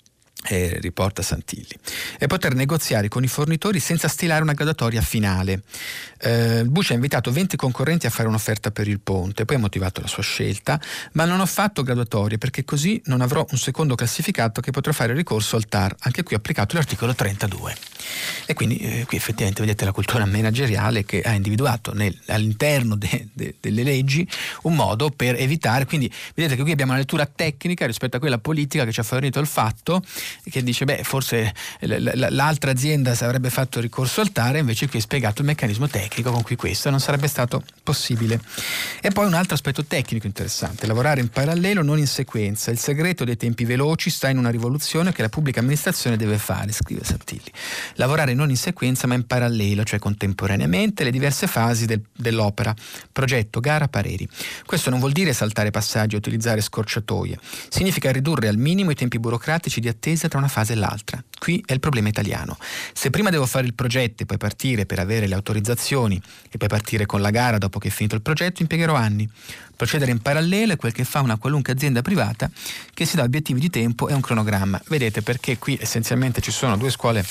Eh, riporta Santilli, e poter negoziare con i fornitori senza stilare una graduatoria finale. Eh, Bucci ha invitato venti concorrenti a fare un'offerta per il ponte, poi ha motivato la sua scelta, ma non ho fatto graduatorie perché così non avrò un secondo classificato che potrà fare ricorso al T A R, anche qui applicato l'articolo trentadue. E quindi eh, qui effettivamente vedete la cultura manageriale che ha individuato nel, all'interno de, de, delle leggi un modo per evitare, quindi vedete che qui abbiamo una lettura tecnica rispetto a quella politica che ci ha fornito il fatto che dice beh forse l'altra azienda avrebbe fatto ricorso al T A R, invece qui è spiegato il meccanismo tecnico con cui questo non sarebbe stato possibile. E poi un altro aspetto tecnico interessante, lavorare in parallelo non in sequenza, il segreto dei tempi veloci sta in una rivoluzione che la pubblica amministrazione deve fare, scrive Santilli, lavorare non in sequenza ma in parallelo, cioè contemporaneamente le diverse fasi del, dell'opera, progetto, gara, pareri. Questo non vuol dire saltare passaggi o utilizzare scorciatoie, significa ridurre al minimo i tempi burocratici di attesa tra una fase e l'altra. Qui è il problema italiano. Se prima devo fare il progetto e poi partire per avere le autorizzazioni e poi partire con la gara dopo che è finito il progetto, impiegherò anni. Procedere in parallelo è quel che fa una qualunque azienda privata che si dà obiettivi di tempo e un cronogramma. Vedete perché qui essenzialmente ci sono due scuole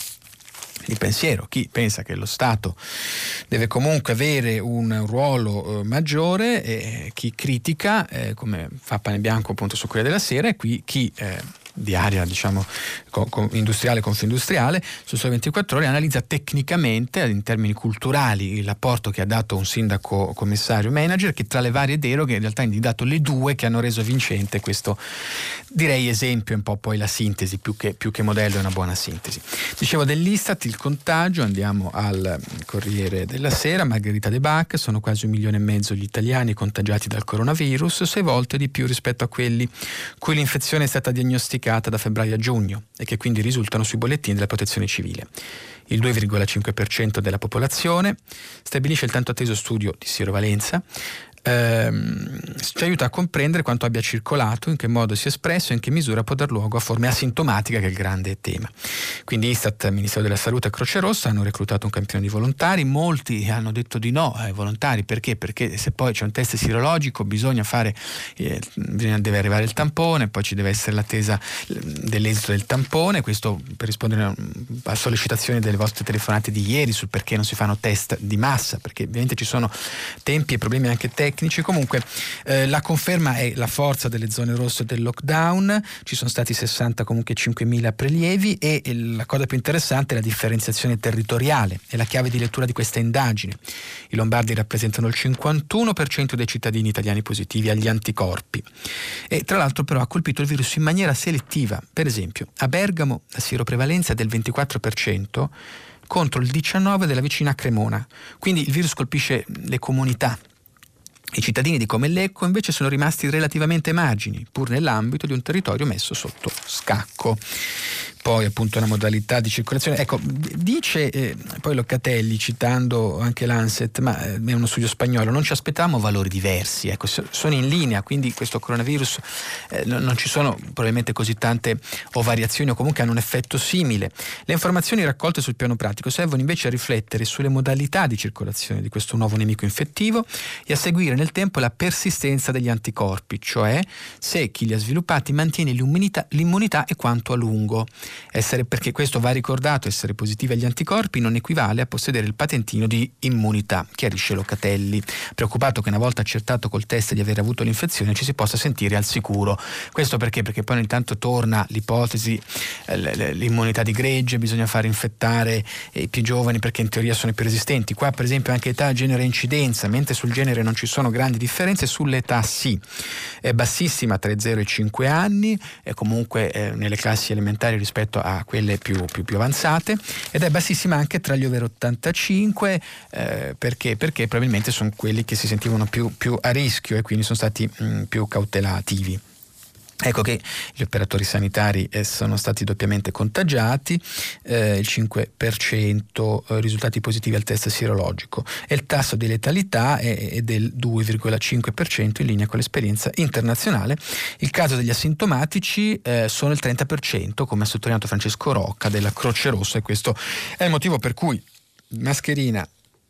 di pensiero, chi pensa che lo Stato deve comunque avere un ruolo eh, maggiore e chi critica, eh, come fa Pane Bianco appunto su Corriere della Sera, e qui chi eh, di area diciamo co- co- industriale, confindustriale, su Sole ventiquattro Ore analizza tecnicamente in termini culturali il rapporto che ha dato un sindaco commissario manager, che tra le varie deroghe in realtà ha indicato le due che hanno reso vincente questo, direi esempio, un po' poi la sintesi, più che, più che modello è una buona sintesi. Dicevo dell'Istat, il contagio, andiamo al Corriere della Sera, Margherita De Bach, sono quasi un milione e mezzo gli italiani contagiati dal coronavirus, sei volte di più rispetto a quelli cui l'infezione è stata diagnosticata da febbraio a giugno e che quindi risultano sui bollettini della Protezione Civile. Il due virgola cinque per cento della popolazione stabilisce il tanto atteso studio di sierovalenza. ehm, ci aiuta a comprendere quanto abbia circolato, in che modo si è espresso e in che misura può dar luogo a forme asintomatiche, che è il grande tema. Quindi Istat, Ministero della Salute e Croce Rossa hanno reclutato un campione di volontari, molti hanno detto di no ai volontari, perché? Perché se poi c'è un test sierologico bisogna fare, eh, bisogna, deve arrivare il tampone, poi ci deve essere l'attesa dell'esito del tampone, questo per rispondere a sollecitazioni delle vostre telefonate di ieri sul perché non si fanno test di massa, perché ovviamente ci sono tempi e problemi anche tecnici. Comunque eh, la conferma è la forza delle zone rosse del lockdown, ci sono stati sessanta, comunque cinquemila prelievi, e la cosa più interessante è la differenziazione territoriale, è la chiave di lettura di questa indagine. I lombardi rappresentano il cinquantuno per cento dei cittadini italiani positivi agli anticorpi, e tra l'altro però ha colpito il virus in maniera selettiva. Per esempio a Bergamo la sieroprevalenza è del ventiquattro per cento contro il diciannove per cento della vicina Cremona, quindi il virus colpisce le comunità. I cittadini di Como e Lecco invece sono rimasti relativamente ai margini, pur nell'ambito di un territorio messo sotto scacco. Poi appunto una modalità di circolazione, ecco, dice eh, poi Locatelli, citando anche l'Anset, ma eh, è uno studio spagnolo, non ci aspettavamo valori diversi, ecco, sono in linea, quindi questo coronavirus eh, non ci sono probabilmente così tante o variazioni, o comunque hanno un effetto simile. Le informazioni raccolte sul piano pratico servono invece a riflettere sulle modalità di circolazione di questo nuovo nemico infettivo e a seguire nel tempo la persistenza degli anticorpi, cioè se chi li ha sviluppati mantiene l'immunità, l'immunità e quanto a lungo. Essere, perché questo va ricordato, essere positivi agli anticorpi non equivale a possedere il patentino di immunità, chiarisce Locatelli, preoccupato che una volta accertato col test di aver avuto l'infezione ci si possa sentire al sicuro. Questo perché? Perché poi intanto torna l'ipotesi, eh, l'immunità di gregge, bisogna fare infettare i più giovani perché in teoria sono i più resistenti. Qua per esempio anche età, genere e incidenza, mentre sul genere non ci sono grandi differenze, sull'età sì, è bassissima tra i zero e i cinque anni, e comunque eh, nelle classi elementari rispetto a quelle più, più, più avanzate, ed è bassissima anche tra gli over ottantacinque, eh, perché? Perché probabilmente sono quelli che si sentivano più, più a rischio e quindi sono stati mh, più cautelativi. Ecco che gli operatori sanitari eh, sono stati doppiamente contagiati, eh, il cinque per cento eh, risultati positivi al test sierologico, e il tasso di letalità è, è del due virgola cinque per cento in linea con l'esperienza internazionale. Il caso degli asintomatici eh, sono il trenta per cento, come ha sottolineato Francesco Rocca della Croce Rossa, e questo è il motivo per cui mascherina,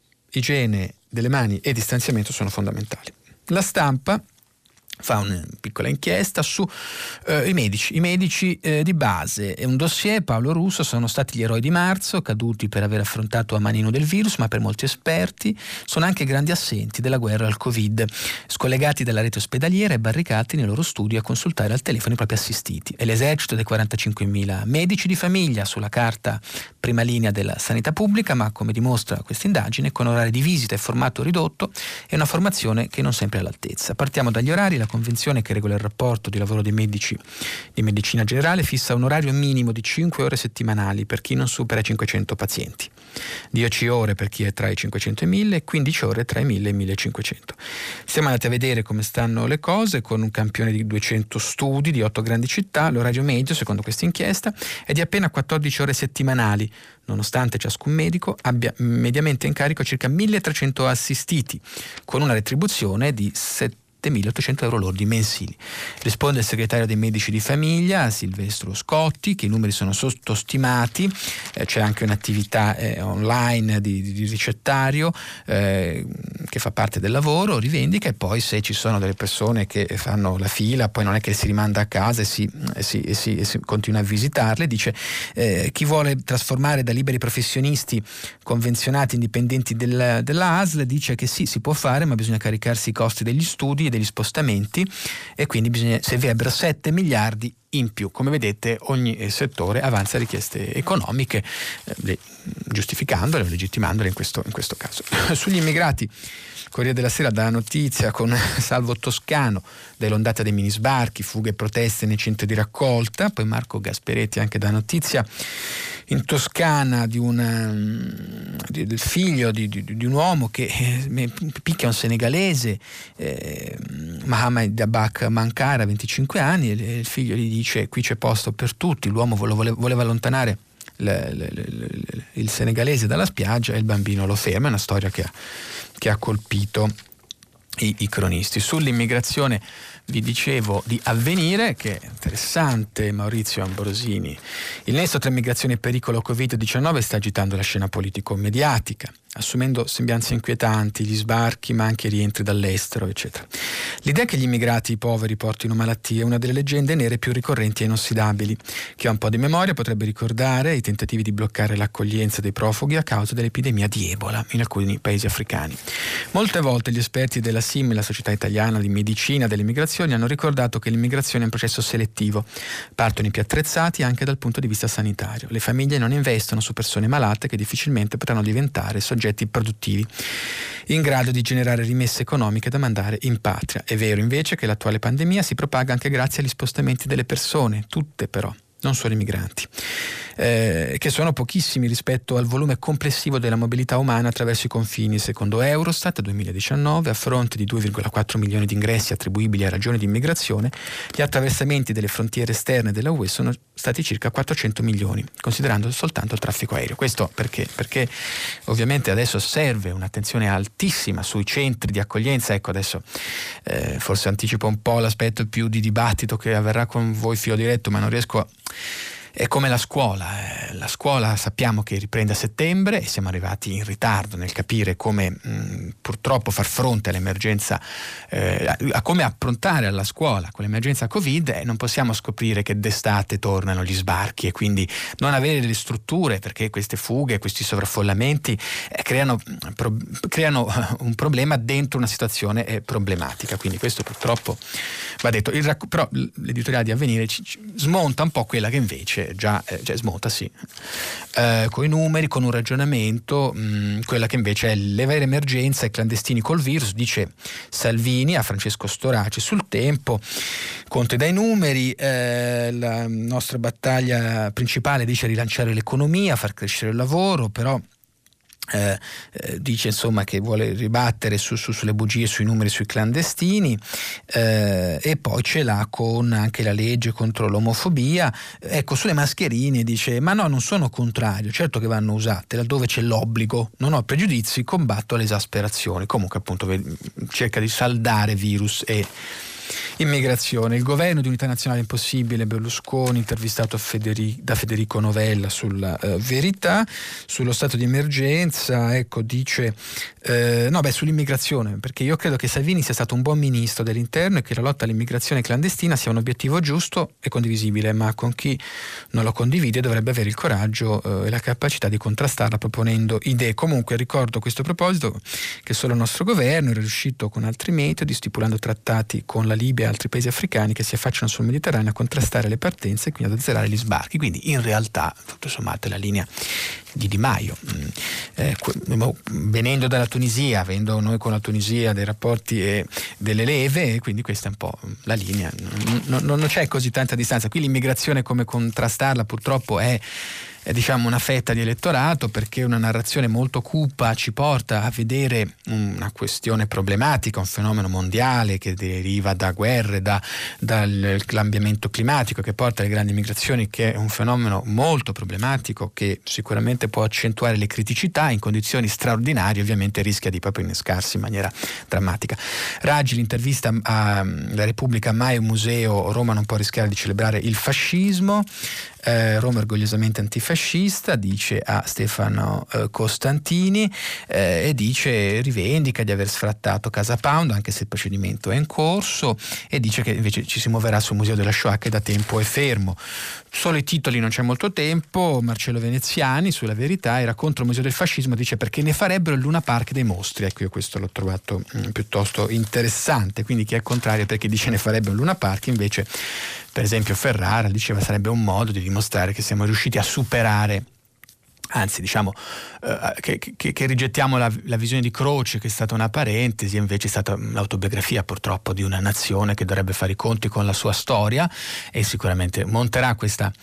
igiene delle mani e distanziamento sono fondamentali. La Stampa fa una piccola inchiesta su eh, i medici, i medici eh, di base. È un dossier, Paolo Russo, sono stati gli eroi di marzo, caduti per aver affrontato a manino del virus, ma per molti esperti sono anche grandi assenti della guerra al Covid, scollegati dalla rete ospedaliera e barricati nei loro studi a consultare al telefono i propri assistiti. È l'esercito dei quarantacinquemila medici di famiglia sulla carta prima linea della sanità pubblica, ma come dimostra questa indagine, con orari di visita e formato ridotto e una formazione che non sempre è all'altezza. Partiamo dagli orari. La convenzione che regola il rapporto di lavoro dei medici di medicina generale fissa un orario minimo di cinque ore settimanali per chi non supera i cinquecento pazienti, dieci ore per chi è tra i cinquecento e i mille e quindici ore tra i mille e i millecinquecento. Siamo andati a vedere come stanno le cose con un campione di duecento studi di otto grandi città. L'orario medio, secondo questa inchiesta, è di appena quattordici ore settimanali, nonostante ciascun medico abbia mediamente in carico circa milletrecento assistiti, con una retribuzione di settemilaottocento euro lordi mensili. Risponde il segretario dei medici di famiglia, Silvestro Scotti, che i numeri sono sottostimati, eh, c'è anche un'attività eh, online di, di ricettario eh, che fa parte del lavoro, rivendica, e poi se ci sono delle persone che fanno la fila, poi non è che si rimanda a casa e si, e si, e si, e si continua a visitarle. Dice eh, chi vuole trasformare da liberi professionisti convenzionati indipendenti del, della A S L dice che sì, si può fare, ma bisogna caricarsi i costi degli studi e degli spostamenti, e quindi bisogna, servirebbero sette miliardi in più. Come vedete, ogni settore avanza richieste economiche, eh, giustificandole o legittimandole in questo, in questo caso. Sugli immigrati, Corriere della Sera dà notizia con Salvo Toscano dell'ondata dei mini sbarchi, fughe e proteste nei centri di raccolta. Poi Marco Gasperetti anche dà notizia in Toscana di una, di, del figlio di, di, di un uomo che eh, picchia un senegalese, eh, Mohamed Dabak Mankara, venticinque anni, e il figlio gli dice: qui c'è posto per tutti. L'uomo voleva, voleva allontanare le, le, le, le, il senegalese dalla spiaggia e il bambino lo ferma. È una storia che ha, che ha colpito i, i cronisti. Sull'immigrazione vi dicevo di Avvenire, che è interessante, Maurizio Ambrosini. Il nesso tra immigrazione e pericolo covid diciannove sta agitando la scena politico-mediatica, assumendo sembianze inquietanti, gli sbarchi ma anche i rientri dall'estero, eccetera. L'idea che gli immigrati poveri portino malattie è una delle leggende nere più ricorrenti e inossidabili. Chi ha un po' di memoria potrebbe ricordare i tentativi di bloccare l'accoglienza dei profughi a causa dell'epidemia di Ebola in alcuni paesi africani. Molte volte gli esperti della S I M, la Società Italiana di Medicina dell'Immigrazione, hanno ricordato che l'immigrazione è un processo selettivo. Partono i più attrezzati anche dal punto di vista sanitario. Le famiglie non investono su persone malate che difficilmente potranno diventare soggetti produttivi in grado di generare rimesse economiche da mandare in patria. È vero invece che l'attuale pandemia si propaga anche grazie agli spostamenti delle persone, tutte però, non solo i migranti, eh, che sono pochissimi rispetto al volume complessivo della mobilità umana attraverso i confini. Secondo Eurostat duemiladiciannove, a fronte di due virgola quattro milioni di ingressi attribuibili a ragioni di immigrazione, gli attraversamenti delle frontiere esterne della U E sono stati circa quattrocento milioni, considerando soltanto il traffico aereo. Questo perché? Perché ovviamente adesso serve un'attenzione altissima sui centri di accoglienza. Ecco, adesso eh, forse anticipo un po' l'aspetto più di dibattito che avverrà con voi filo diretto, ma non riesco a... È come la scuola, la scuola sappiamo che riprende a settembre e siamo arrivati in ritardo nel capire come mh, purtroppo far fronte all'emergenza, eh, a, a come approntare alla scuola con l'emergenza Covid, e non possiamo scoprire che d'estate tornano gli sbarchi e quindi non avere le strutture, perché queste fughe, questi sovraffollamenti eh, creano, pro, creano un problema dentro una situazione eh, problematica, quindi questo purtroppo va detto. Il racc- però l'editoriale di Avvenire ci, ci smonta un po' quella che invece già eh, cioè smonta sì eh, con i numeri, con un ragionamento, mh, quella che invece è la vera emergenza, i clandestini col virus, dice Salvini a Francesco Storace sul Tempo. Conte dai numeri, eh, la nostra battaglia principale dice rilanciare l'economia, far crescere il lavoro, però Eh, eh, dice insomma che vuole ribattere su, su, sulle bugie, sui numeri, sui clandestini, eh, e poi ce l'ha con anche la legge contro l'omofobia. Ecco, sulle mascherine dice: ma no, non sono contrario, certo che vanno usate laddove c'è l'obbligo, non ho pregiudizi, combatto l'esasperazione. Comunque appunto cerca di saldare virus e immigrazione. Il governo di unità nazionale impossibile, Berlusconi, intervistato a Federico, da Federico Novella sulla uh, Verità. Sullo stato di emergenza, ecco, dice eh, no beh sull'immigrazione, perché io credo che Salvini sia stato un buon ministro dell'interno e che la lotta all'immigrazione clandestina sia un obiettivo giusto e condivisibile, ma con chi non lo condivide dovrebbe avere il coraggio eh, e la capacità di contrastarla proponendo idee. Comunque ricordo a questo proposito che solo il nostro governo era riuscito con altri metodi, stipulando trattati con la Libia e altri paesi africani che si affacciano sul Mediterraneo, a contrastare le partenze e quindi ad azzerare gli sbarchi. Quindi in realtà tutto sommato è la linea di Di Maio. Eh, venendo dalla Tunisia, avendo noi con la Tunisia dei rapporti e delle leve, quindi questa è un po' la linea, non, non, non c'è così tanta distanza. Qui l'immigrazione, come contrastarla, purtroppo è è diciamo una fetta di elettorato, perché una narrazione molto cupa ci porta a vedere una questione problematica, un fenomeno mondiale che deriva da guerre, da, dal cambiamento climatico, che porta alle grandi migrazioni, che è un fenomeno molto problematico che sicuramente può accentuare le criticità. In condizioni straordinarie ovviamente rischia di proprio innescarsi in maniera drammatica. Raggi, l'intervista alla Repubblica: mai un museo, Roma non può rischiare di celebrare il fascismo. Eh, Roma orgogliosamente antifascista, dice a Stefano eh, Costantini, eh, e dice, rivendica di aver sfrattato Casa Pound, anche se il procedimento è in corso, e dice che invece ci si muoverà sul Museo della Shoah, che da tempo è fermo. Solo i titoli, non c'è molto tempo. Marcello Veneziani sulla Verità era contro il Museo del Fascismo, dice perché ne farebbero il Luna Park dei mostri. Ecco, io questo l'ho trovato mh, piuttosto interessante. Quindi chi è contrario perché dice ne farebbero il Luna Park, invece per esempio Ferrara diceva sarebbe un modo di dimostrare che siamo riusciti a superare, anzi diciamo uh, che, che, che rigettiamo la, la visione di Croce, che è stata una parentesi, e invece è stata l'autobiografia purtroppo di una nazione che dovrebbe fare i conti con la sua storia, e sicuramente monterà questa,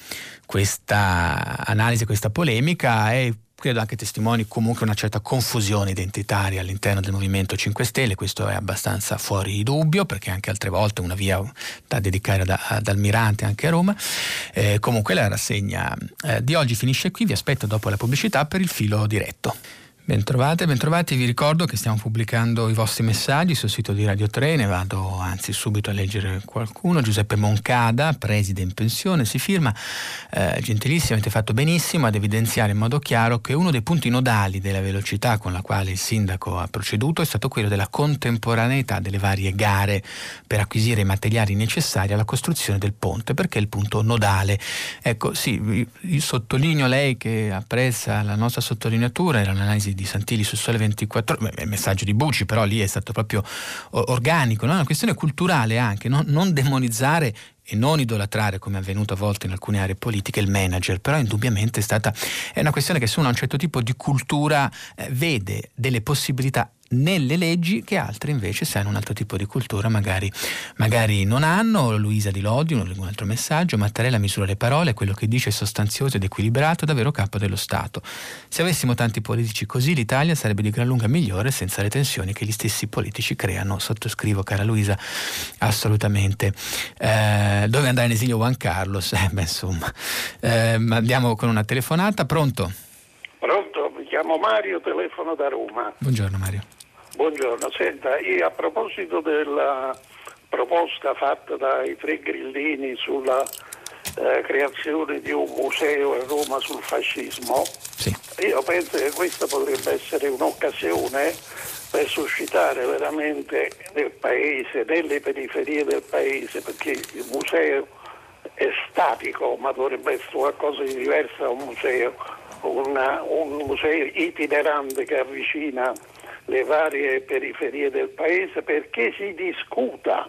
questa analisi, questa polemica, e credo anche testimoni comunque una certa confusione identitaria all'interno del Movimento cinque Stelle. Questo è abbastanza fuori di dubbio, perché anche altre volte una via da dedicare da, ad Almirante anche a Roma. Eh, comunque la rassegna eh, di oggi finisce qui, vi aspetto dopo la pubblicità per il filo diretto. Bentrovate, bentrovati, vi ricordo che stiamo pubblicando i vostri messaggi sul sito di Radio tre, ne vado anzi subito a leggere qualcuno. Giuseppe Moncada, preside in pensione, si firma: eh, gentilissimo, avete fatto benissimo ad evidenziare in modo chiaro che uno dei punti nodali della velocità con la quale il sindaco ha proceduto è stato quello della contemporaneità delle varie gare per acquisire i materiali necessari alla costruzione del ponte, perché è il punto nodale. Ecco, sì, io sottolineo lei che apprezza la nostra sottolineatura e l'analisi di Santilli su Sole ventiquattro Ore, il messaggio di Bucci però lì è stato proprio organico, no? È una questione culturale anche, no? Non demonizzare e non idolatrare, come è avvenuto a volte in alcune aree politiche, il manager, però indubbiamente è stata è una questione che se uno ha un certo tipo di cultura eh, vede delle possibilità nelle leggi che altre invece, se hanno un altro tipo di cultura, magari, magari non hanno. Luisa di Lodi, un altro messaggio: Mattarella misura le parole, quello che dice è sostanzioso ed equilibrato, davvero capo dello Stato. Se avessimo tanti politici così, l'Italia sarebbe di gran lunga migliore, senza le tensioni che gli stessi politici creano. Sottoscrivo, cara Luisa, assolutamente. Eh, dove andare in esilio Juan Carlos? Eh, beh, insomma. Eh, andiamo con una telefonata. Pronto? Pronto, mi chiamo Mario, telefono da Roma. Buongiorno Mario. Buongiorno, senta, io a proposito della proposta fatta dai tre grillini sulla eh, creazione di un museo a Roma sul fascismo, sì. Io penso che questa potrebbe essere un'occasione per suscitare veramente nel paese, nelle periferie del paese, perché il museo è statico, ma dovrebbe essere qualcosa di diverso da un museo, una, un museo itinerante che avvicina le varie periferie del paese, perché si discuta,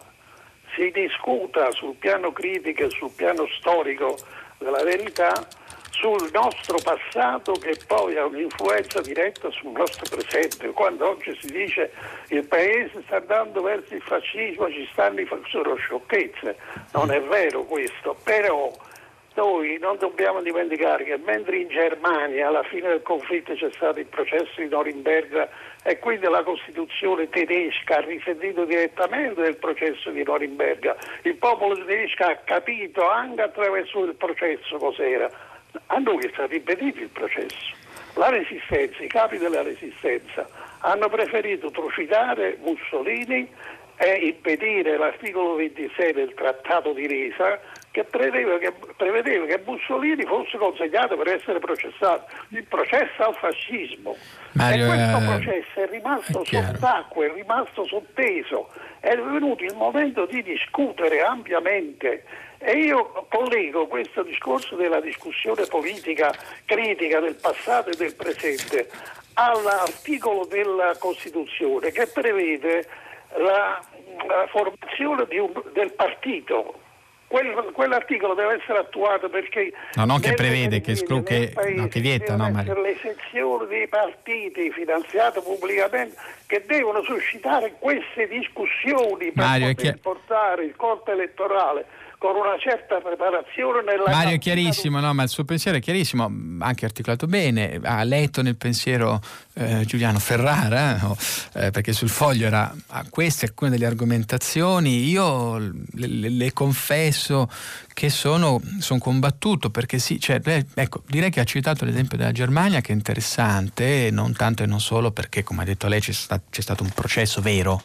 si discuta sul piano critico e sul piano storico della verità sul nostro passato, che poi ha un'influenza diretta sul nostro presente. Quando oggi si dice il paese sta andando verso il fascismo, ci stanno sono sciocchezze, non è vero questo, però noi non dobbiamo dimenticare che mentre in Germania alla fine del conflitto c'è stato il processo di Norimberga e quindi la Costituzione tedesca ha risentito direttamente del processo di Norimberga, il popolo tedesco ha capito anche attraverso il processo cos'era. A noi è stato impedito il processo. La resistenza, i capi della resistenza hanno preferito trucidare Mussolini e impedire l'articolo ventisei del Trattato di Resa, che prevedeva, che prevedeva che Mussolini fosse consegnato per essere processato. Il processo al fascismo. Mario, e questo eh, processo è rimasto è sott'acqua, è rimasto sotteso. È venuto il momento di discutere ampiamente. E io collego questo discorso della discussione politica critica del passato e del presente all'articolo della Costituzione che prevede la, la formazione di un, del partito. Quel, quell'articolo deve essere attuato perché no, non che prevede, che, scru- che, paese, no, che vieta, no, Mario. Per le sezioni dei partiti finanziati pubblicamente che devono suscitare queste discussioni per Mario, poter chi- portare il corpo elettorale con una certa preparazione nella Mario è chiarissimo, no, ma il suo pensiero è chiarissimo, anche articolato bene, ha letto nel pensiero eh, Giuliano Ferrara, no? eh, perché sul foglio era ah, queste alcune delle argomentazioni. Io le, le, le confesso che sono, sono combattuto, perché sì, cioè, beh, ecco, direi che ha citato l'esempio della Germania, che è interessante, non tanto e non solo perché, come ha detto lei, c'è stato, c'è stato un processo vero.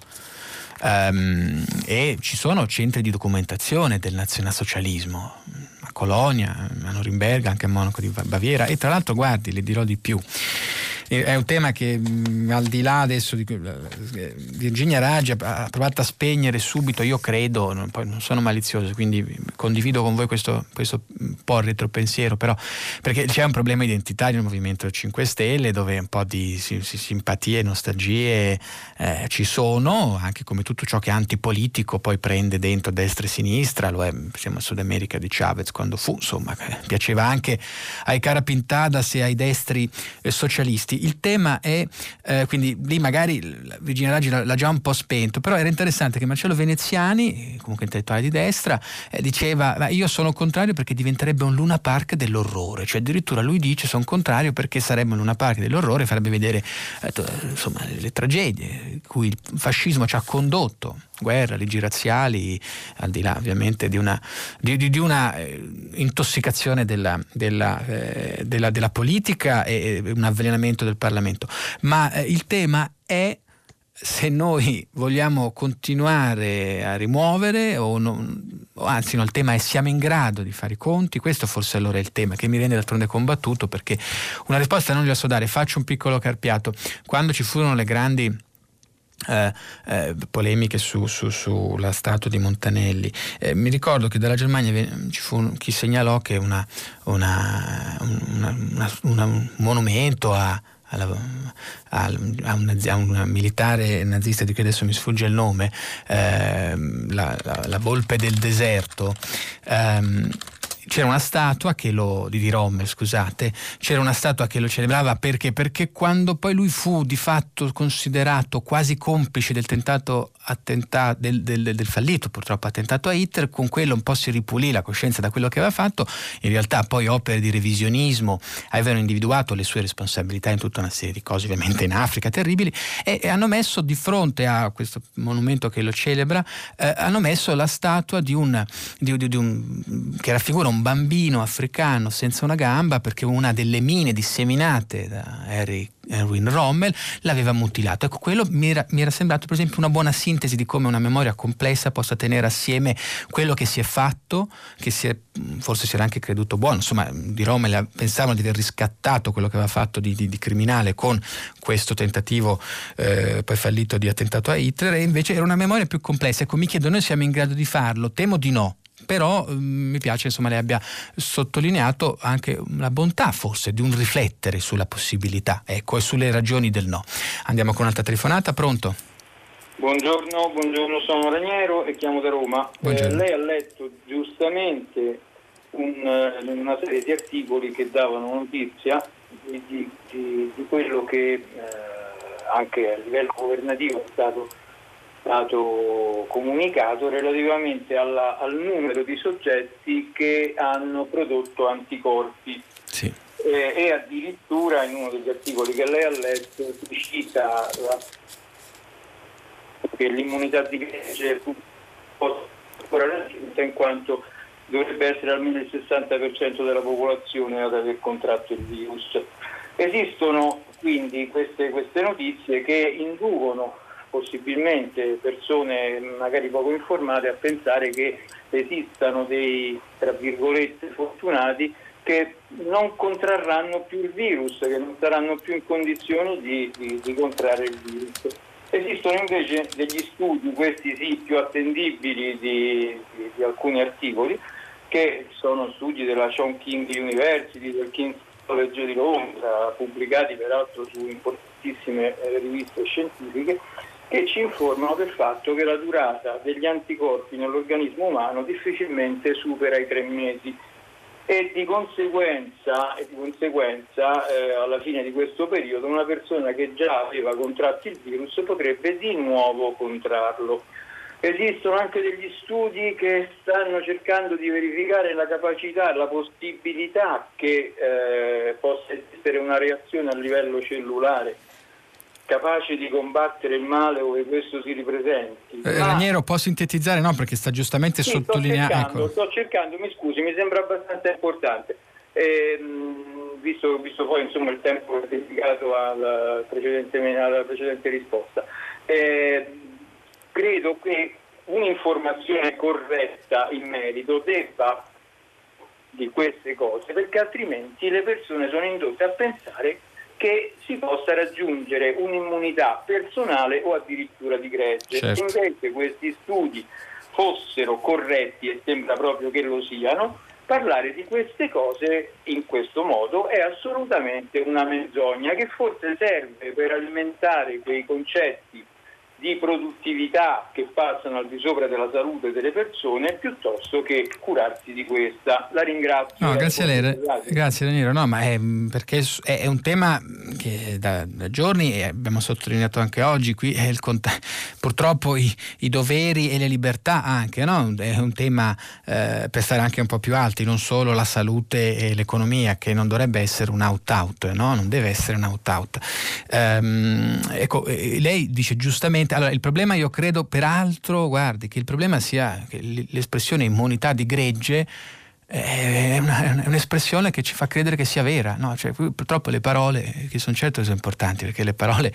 Um, e ci sono centri di documentazione del nazionalsocialismo a Colonia, a Norimberga, anche a Monaco di Baviera. E tra l'altro, guardi, le dirò di più, è un tema che mh, al di là adesso di eh, Virginia Raggi ha provato a spegnere subito, io credo, non, poi non sono malizioso, quindi condivido con voi questo, questo un po' retropensiero, però perché c'è un problema identitario nel Movimento cinque Stelle, dove un po' di si, si, simpatie, nostalgie eh, ci sono, anche come tutto ciò che è antipolitico poi prende dentro destra e sinistra. Lo è, siamo in Sud America di Chavez quando fu, insomma, piaceva anche ai Carapintadas e ai destri eh, socialisti. Il tema è, eh, quindi lì magari Virginia Raggi l'ha già un po' spento, però era interessante che Marcello Veneziani, comunque intellettuale di destra, eh, diceva: ma io sono contrario perché diventerebbe un Luna Park dell'orrore, cioè addirittura lui dice sono contrario perché sarebbe un Luna Park dell'orrore, farebbe vedere eh, insomma le, le tragedie cui il fascismo ci ha condotto, guerra, leggi razziali, al di là ovviamente di una, di, di, di una eh, intossicazione della, della, eh, della, della politica e un avvelenamento funzionamento del Parlamento. Ma eh, il tema è se noi vogliamo continuare a rimuovere o, non, o anzi no, il tema è siamo in grado di fare i conti. Questo forse allora è il tema che mi viene d'altronde combattuto, perché una risposta non gliela so dare. Faccio un piccolo carpiato. Quando ci furono le grandi Eh, eh, polemiche su, su, sulla statua di Montanelli, eh, mi ricordo che dalla Germania ci fu chi segnalò che una, una, una, una, una, un monumento a Alla, a, a, una, a una militare nazista di cui adesso mi sfugge il nome, eh, la, la, la volpe del deserto, ehm, c'era una statua che lo di, di Rommel, scusate, c'era una statua che lo celebrava perché perché quando poi lui fu di fatto considerato quasi complice del tentato attentato del, del, del fallito purtroppo attentato a Hitler, con quello un po' si ripulì la coscienza da quello che aveva fatto. In realtà poi opere di revisionismo avevano individuato le sue responsabilità in tutta una serie di cose, ovviamente in Africa terribili, e, e hanno messo di fronte a questo monumento che lo celebra, eh, hanno messo la statua di un, di, di, di un che raffigura un bambino africano senza una gamba, perché una delle mine disseminate da Harry Erwin Rommel l'aveva mutilato. Ecco, quello mi era, mi era sembrato per esempio una buona sintesi di come una memoria complessa possa tenere assieme quello che si è fatto, che si è, forse si era anche creduto buono, insomma di Rommel pensavano di aver riscattato quello che aveva fatto di, di, di criminale con questo tentativo eh, poi fallito di attentato a Hitler, e invece era una memoria più complessa. Ecco, mi chiedo, noi siamo in grado di farlo? Temo di no. Però eh, mi piace insomma lei abbia sottolineato anche la bontà forse di un riflettere sulla possibilità, ecco, e sulle ragioni del no. Andiamo con un'altra telefonata. Pronto? Buongiorno, buongiorno, sono Raniero e chiamo da Roma. Eh, lei ha letto giustamente un, una serie di articoli che davano notizia di, di, di, di quello che eh, anche a livello governativo è stato stato comunicato relativamente alla, al numero di soggetti che hanno prodotto anticorpi. Sì. Eh, e addirittura in uno degli articoli che lei ha letto si cita la, che l'immunità di gregge può ancora raggiunta, in quanto dovrebbe essere almeno il sessanta per cento della popolazione ad aver contratto il virus. Esistono quindi queste, queste notizie che inducono possibilmente persone magari poco informate a pensare che esistano dei, tra virgolette, fortunati che non contrarranno più il virus, che non saranno più in condizioni di, di, di contrarre il virus. Esistono invece degli studi, questi sì più attendibili di, di, di alcuni articoli, che sono studi della Chongqing University, del King's College di Londra, pubblicati peraltro su importantissime eh, riviste scientifiche, che ci informano del fatto che la durata degli anticorpi nell'organismo umano difficilmente supera i tre mesi e di conseguenza, e di conseguenza eh, alla fine di questo periodo una persona che già aveva contratto il virus potrebbe di nuovo contrarlo. Esistono anche degli studi che stanno cercando di verificare la capacità, la possibilità che eh, possa esistere una reazione a livello cellulare capace di combattere il male ove questo si ripresenti. Eh, Ma... Raniero, può sintetizzare? No, perché sta giustamente sì, sottolineando. Sto cercando, ecco. sto cercando, mi scusi, mi sembra abbastanza importante. Eh, visto, visto poi insomma il tempo dedicato alla precedente, alla precedente risposta. Eh, credo che un'informazione corretta in merito debba di queste cose, perché altrimenti le persone sono indotte a pensare che si possa raggiungere un'immunità personale o addirittura di gregge. Certo. Invece questi studi fossero corretti, e sembra proprio che lo siano, parlare di queste cose in questo modo è assolutamente una menzogna che forse serve per alimentare quei concetti di produttività che passano al di sopra della salute delle persone piuttosto che curarsi di questa. La ringrazio. No, grazie a lei, grazie Raniero. No, ma è perché è, è un tema che da, da giorni, e abbiamo sottolineato anche oggi qui, è il purtroppo i, i doveri e le libertà anche, no? È un tema eh, per stare anche un po' più alti, non solo la salute e l'economia, che non dovrebbe essere un out-out, no? Non deve essere un out-out. Ehm, ecco, lei dice giustamente. Allora, il problema, io credo, peraltro, guardi, che il problema sia che l'espressione immunità di gregge è, una, è un'espressione che ci fa credere che sia vera, no? Cioè, purtroppo le parole, che sono certo sono importanti, perché le parole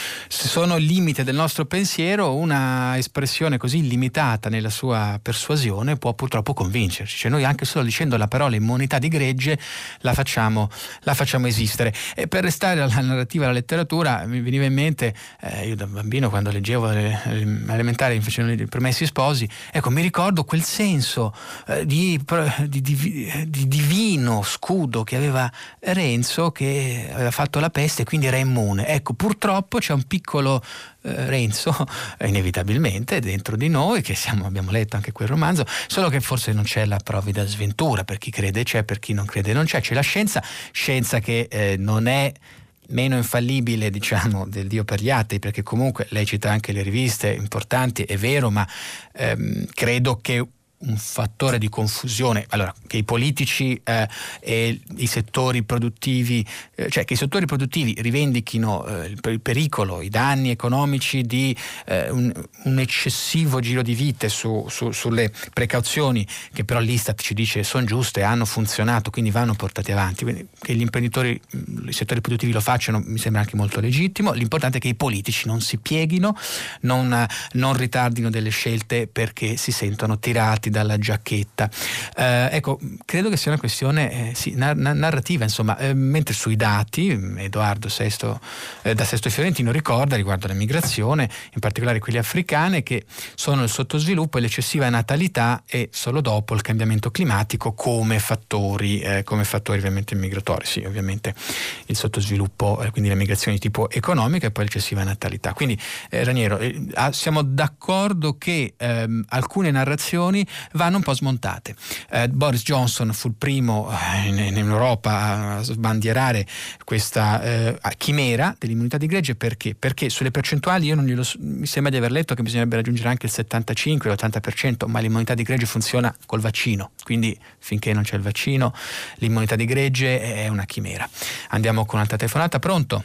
sono il limite del nostro pensiero. Una espressione così limitata nella sua persuasione può purtroppo convincerci, cioè noi anche solo dicendo la parola immunità di gregge la facciamo, la facciamo esistere. E per restare alla narrativa, alla letteratura, mi veniva in mente, eh, io da bambino quando leggevo le, le elementari, mi facevano i Promessi Sposi, ecco, mi ricordo quel senso eh, di, di, di, di divino scudo che aveva Renzo, che aveva fatto la peste e quindi era immune. Ecco, purtroppo c'è un piccolo eh, Renzo eh, inevitabilmente dentro di noi, che siamo, abbiamo letto anche quel romanzo, solo che forse non c'è la provvida sventura, per chi crede c'è, per chi non crede non c'è. C'è la scienza, scienza che eh, non è meno infallibile, diciamo, del Dio per gli atei, perché comunque lei cita anche le riviste importanti, è vero, ma ehm, credo che un fattore di confusione, allora, che i politici eh, e i settori produttivi, eh, cioè che i settori produttivi rivendichino eh, il, il pericolo, i danni economici di eh, un, un eccessivo giro di vite su, su, sulle precauzioni che però l'Istat ci dice sono giuste, hanno funzionato, quindi vanno portati avanti. Quindi che gli imprenditori, i settori produttivi lo facciano mi sembra anche molto legittimo. L'importante è che i politici non si pieghino, non, non ritardino delle scelte perché si sentono tirati dalla giacchetta. Eh, ecco, credo che sia una questione eh, sì, nar- narrativa, insomma, eh, mentre sui dati Edoardo Sesto, eh, da Sesto Fiorentino ricorda riguardo all'immigrazione, in particolare quelle africane, che sono il sottosviluppo e l'eccessiva natalità e solo dopo il cambiamento climatico come fattori, eh, come fattori ovviamente migratori. Sì, ovviamente il sottosviluppo, eh, quindi le migrazioni di tipo economico e poi l'eccessiva natalità. Quindi eh, Raniero, eh, siamo d'accordo che ehm, alcune narrazioni vanno un po' smontate. Eh, Boris Johnson fu il primo eh, in, in Europa a sbandierare questa eh, chimera dell'immunità di gregge. Perché? Perché sulle percentuali io non glielo, mi sembra di aver letto che bisognerebbe raggiungere anche il settantacinque l'ottanta per cento, ma l'immunità di gregge funziona col vaccino, quindi finché non c'è il vaccino l'immunità di gregge è una chimera. Andiamo con un'altra telefonata. Pronto?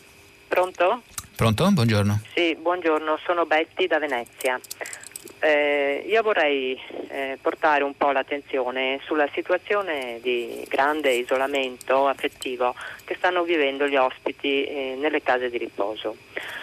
Pronto? Pronto? Buongiorno. Sì, buongiorno, sono Betty da Venezia. Eh, io vorrei eh, portare un po' l'attenzione sulla situazione di grande isolamento affettivo che stanno vivendo gli ospiti eh, nelle case di riposo.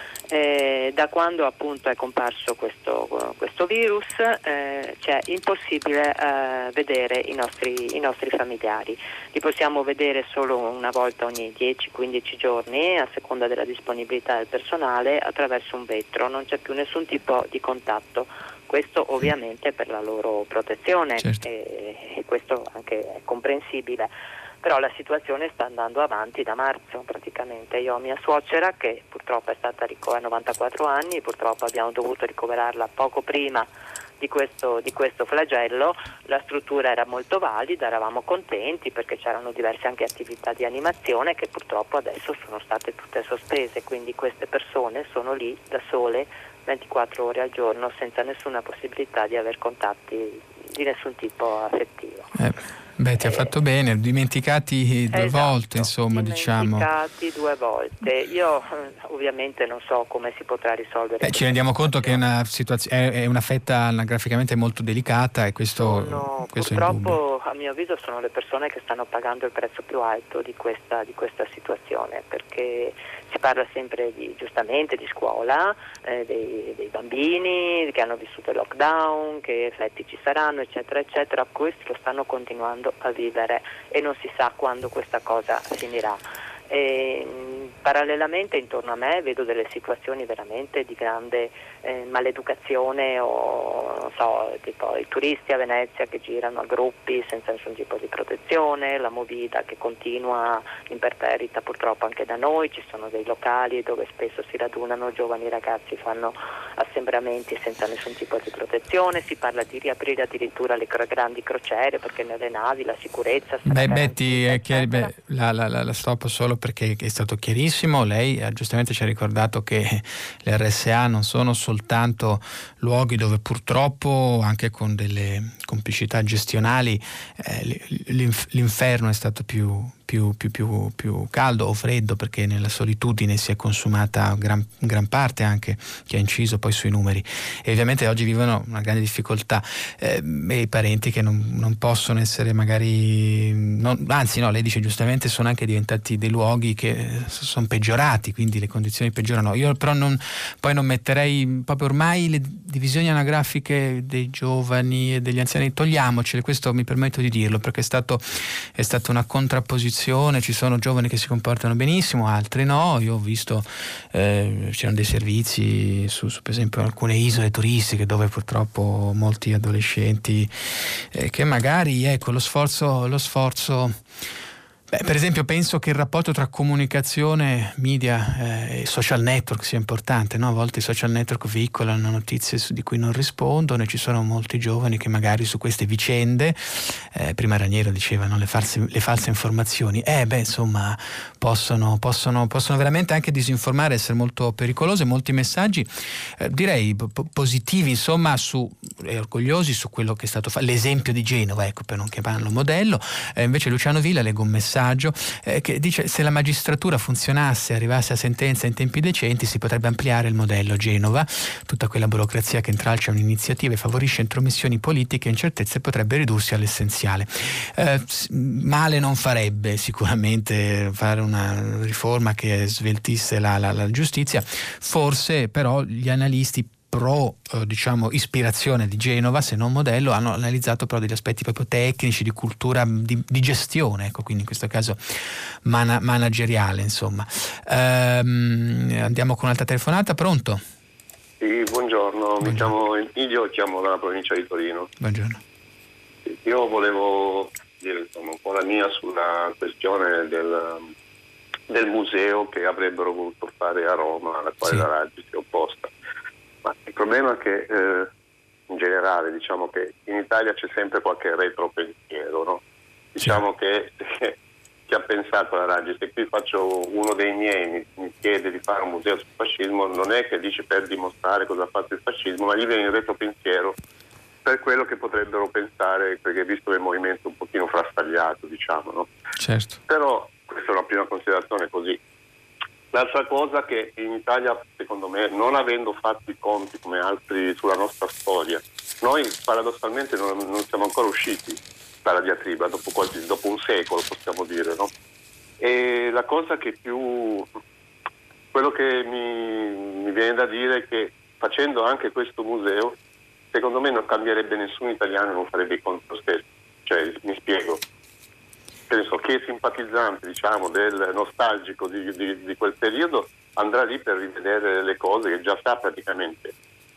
Eh, da quando appunto è comparso questo, questo virus eh, cioè impossibile eh, vedere i nostri, i nostri familiari. Li possiamo vedere solo una volta ogni dieci quindici giorni a seconda della disponibilità del personale attraverso un vetro, non c'è più nessun tipo di contatto. Questo ovviamente per la loro protezione, certo. e, e questo anche è comprensibile. Però la situazione sta andando avanti da marzo praticamente. Io ho mia suocera che purtroppo è stata ricoverata a novantaquattro anni, purtroppo abbiamo dovuto ricoverarla poco prima di questo, di questo flagello. La struttura era molto valida, eravamo contenti perché c'erano diverse anche attività di animazione che purtroppo adesso sono state tutte sospese, quindi queste persone sono lì da sole ventiquattro ore al giorno senza nessuna possibilità di aver contatti di nessun tipo affettivo. Eh. Beh, ti ha fatto bene, dimenticati due esatto, volte, insomma, diciamo. Dimenticati due volte. Io ovviamente non so come si potrà risolvere. Beh, ci rendiamo conto che è una situazione, è una fetta anagraficamente molto delicata e questo, sono, questo purtroppo a mio avviso sono le persone che stanno pagando il prezzo più alto di questa, di questa situazione, perché si parla sempre di, giustamente di scuola, eh, dei, dei bambini che hanno vissuto il lockdown, che effetti ci saranno, eccetera, eccetera. Questi lo stanno continuando a vivere e non si sa quando questa cosa finirà. E, parallelamente intorno a me vedo delle situazioni veramente di grande eh, maleducazione, o non so, tipo i turisti a Venezia che girano a gruppi senza nessun tipo di protezione, la movida che continua imperterrita purtroppo anche da noi. Ci sono dei locali dove spesso si radunano giovani ragazzi, fanno assembramenti senza nessun tipo di protezione. Si parla di riaprire addirittura le grandi crociere perché nelle navi la sicurezza sarà beh Betty è chiar- beh, la, la, la, la stoppo solo perché è stato chiarissimo. Lei eh, giustamente ci ha ricordato che le R S A non sono soltanto luoghi dove purtroppo anche con delle complicità gestionali eh, l'inf- l'inferno è stato più più, più, più, più caldo o freddo, perché nella solitudine si è consumata gran, gran parte anche, che ha inciso poi sui numeri, e ovviamente oggi vivono una grande difficoltà, eh, e i parenti che non, non possono essere magari non, anzi no, lei dice giustamente, sono anche diventati dei luoghi che sono peggiorati, quindi le condizioni peggiorano. Io però non, poi non metterei proprio ormai le divisioni anagrafiche dei giovani e degli anziani, togliamocele, questo mi permetto di dirlo, perché è stato è stata una contrapposizione, ci sono giovani che si comportano benissimo, altri no. Io ho visto eh, c'erano dei servizi su, su per esempio alcune isole turistiche dove purtroppo molti adolescenti eh, che magari ecco lo sforzo lo sforzo Beh, per esempio penso che il rapporto tra comunicazione, media eh, e social network sia importante, no? A volte i social network veicolano notizie su, di cui non rispondono, e ci sono molti giovani che magari su queste vicende, eh, prima Raniero diceva, no? le, false, le false informazioni, eh beh insomma possono, possono, possono veramente anche disinformare, essere molto pericolose. Molti messaggi eh, direi p- positivi insomma su, e orgogliosi su quello che è stato fatto, l'esempio di Genova, ecco, per non chiamarlo modello. Eh, invece Luciano Villa, leggo un messaggio Eh, che dice: se la magistratura funzionasse, arrivasse a sentenza in tempi decenti, si potrebbe ampliare il modello Genova. Tutta quella burocrazia che intralcia un'iniziativa e favorisce intromissioni politiche e incertezze potrebbe ridursi all'essenziale. Eh, male non farebbe sicuramente fare una riforma che sveltisse la, la, la giustizia, forse però gli analisti pro eh, diciamo ispirazione di Genova, se non modello, hanno analizzato però degli aspetti proprio tecnici, di cultura, di, di gestione, ecco, quindi in questo caso mana, manageriale insomma. Ehm, andiamo con un'altra telefonata. Pronto? Sì, buongiorno, buongiorno. Mi chiamo Emilio, chiamo dalla provincia di Torino. Buongiorno. Io volevo dire insomma un po' la mia sulla questione del, del museo che avrebbero voluto fare a Roma, alla quale sì. la Raggi si è opposta. Ma il problema è che eh, in generale diciamo che in Italia c'è sempre qualche retropensiero, no? Diciamo sì. che eh, chi ha pensato alla Raggi, se qui faccio uno dei miei mi, mi chiede di fare un museo sul fascismo, non è che dice per dimostrare cosa ha fatto il fascismo, ma gli viene il retropensiero per quello che potrebbero pensare, perché visto che il movimento è un pochino frastagliato, diciamo, no? Certo. Però questa è una prima considerazione così. L'altra cosa che in Italia, secondo me, non avendo fatto i conti come altri sulla nostra storia, noi paradossalmente non, non siamo ancora usciti dalla diatriba, dopo, quasi, dopo un secolo possiamo dire, no? E la cosa che più, quello che mi, mi viene da dire è che facendo anche questo museo, secondo me non cambierebbe nessun italiano e non farebbe i conti lo stesso. Cioè, mi spiego. Penso che il simpatizzante, diciamo, del nostalgico di, di, di quel periodo andrà lì per rivedere le cose che già sa praticamente.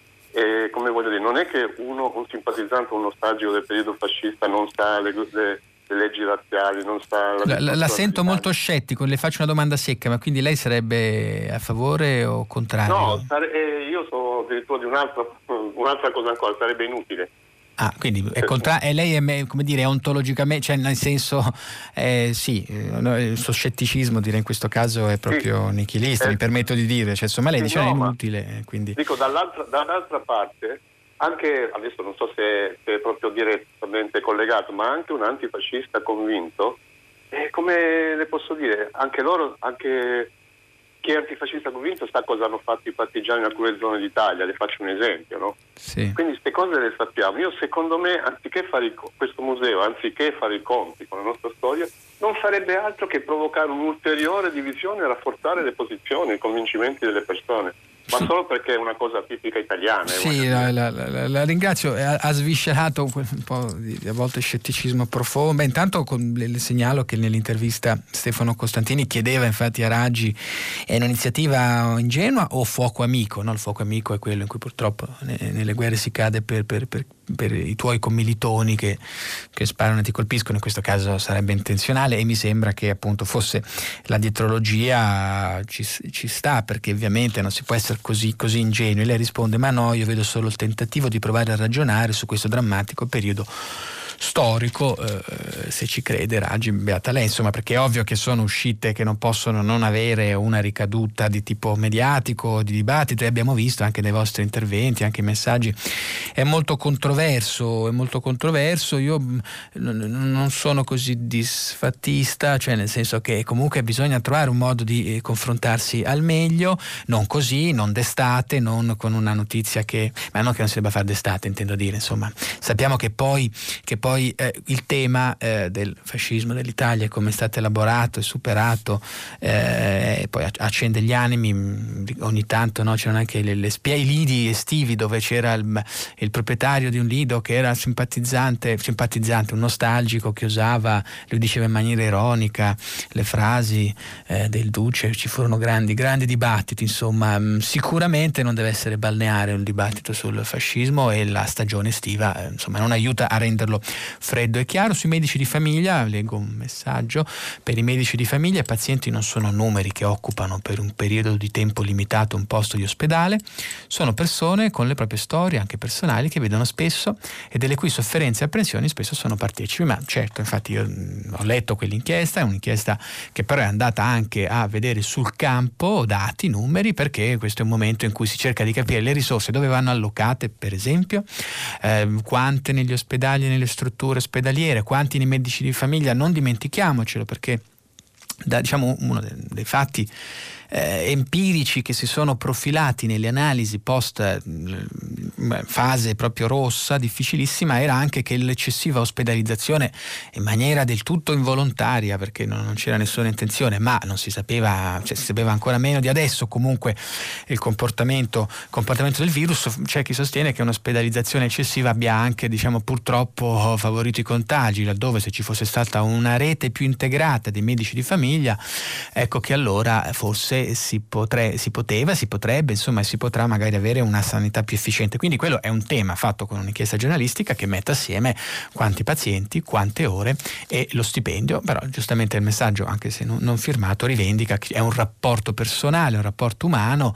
E come voglio dire, non è che uno, un simpatizzante, un nostalgico del periodo fascista non sa le, le, le leggi razziali, non sa... La, la, la sento molto scettico, le faccio una domanda secca, ma quindi lei sarebbe a favore o contrario? No, sare, eh, io sono addirittura di un'altra, un'altra cosa ancora, sarebbe inutile. Ah, quindi è contra- e lei è, come dire, ontologicamente, cioè nel senso eh, sì, il suo scetticismo direi in questo caso è proprio sì. nichilista, eh, mi permetto di dire, cioè insomma lei sì, dice no, è inutile, quindi... Dico dall'altra, dall'altra parte anche, adesso non so se, se è proprio direttamente collegato, ma anche un antifascista convinto, eh, come le posso dire, anche loro, anche chi è antifascista convinto sa cosa hanno fatto i partigiani in alcune zone d'Italia, le faccio un esempio, no? Sì. Quindi queste cose le sappiamo. Io secondo me, anziché fare il, questo museo, anziché fare i conti con la nostra storia, non farebbe altro che provocare un'ulteriore divisione e rafforzare le posizioni e i convincimenti delle persone. Ma solo perché è una cosa tipica italiana. Sì, la, la, la, la ringrazio, ha, ha sviscerato un po' di a volte scetticismo profondo. Beh, intanto con, le, le segnalo che nell'intervista Stefano Costantini chiedeva infatti a Raggi: è un'iniziativa ingenua o fuoco amico? No, il fuoco amico è quello in cui purtroppo ne, nelle guerre si cade per, per, per, per i tuoi commilitoni che, che sparano e ti colpiscono. In questo caso sarebbe intenzionale, e mi sembra che appunto fosse la dietrologia ci, ci sta, perché ovviamente non si può essere così, così ingenui. Lei risponde: ma no, io vedo solo il tentativo di provare a ragionare su questo drammatico periodo storico, eh, se ci crede Raggi, beata lei, insomma, perché è ovvio che sono uscite che non possono non avere una ricaduta di tipo mediatico, di dibattito, e abbiamo visto anche nei vostri interventi, anche i messaggi, è molto controverso, è molto controverso. Io non sono così disfattista, cioè nel senso che comunque bisogna trovare un modo di confrontarsi al meglio, non così, non d'estate, non con una notizia che, ma non che non si debba fare d'estate, intendo dire, insomma, sappiamo che poi, che poi eh, il tema eh, del fascismo dell'Italia, come è stato elaborato e superato, eh, e poi accende gli animi ogni tanto, no? C'erano anche le, le spie, i lidi estivi dove c'era il, il proprietario di un lido che era simpatizzante, simpatizzante, un nostalgico che usava, lui diceva in maniera ironica le frasi eh, del Duce. Ci furono grandi, grandi dibattiti, insomma, sicuramente non deve essere balneare un dibattito sul fascismo, e la stagione estiva eh, insomma non aiuta a renderlo freddo e chiaro. Sui medici di famiglia leggo un messaggio: per i medici di famiglia i pazienti non sono numeri che occupano per un periodo di tempo limitato un posto di ospedale, sono persone con le proprie storie anche personali che vedono spesso e delle cui sofferenze e apprensioni spesso sono partecipi. Ma certo, infatti io ho letto quell'inchiesta, è un'inchiesta che però è andata anche a vedere sul campo dati, numeri, perché questo è un momento in cui si cerca di capire le risorse dove vanno allocate, per esempio, eh, quante negli ospedali e nelle strutture ospedaliere, quanti nei medici di famiglia. Non dimentichiamocelo, perché da, diciamo, uno dei, dei fatti Eh, empirici che si sono profilati nelle analisi post eh, fase proprio rossa, difficilissima, era anche che l'eccessiva ospedalizzazione, in maniera del tutto involontaria, perché non, non c'era nessuna intenzione, ma non si sapeva, cioè si sapeva ancora meno di adesso, comunque il comportamento, comportamento del virus. C'è chi sostiene che un'ospedalizzazione eccessiva abbia anche, diciamo, purtroppo favorito i contagi, laddove se ci fosse stata una rete più integrata dei medici di famiglia, ecco che allora forse si, potre, si poteva, si potrebbe, insomma, si potrà magari avere una sanità più efficiente. Quindi quello è un tema fatto con un'inchiesta giornalistica che mette assieme quanti pazienti, quante ore e lo stipendio. Però giustamente il messaggio, anche se non, non firmato, rivendica che è un rapporto personale, un rapporto umano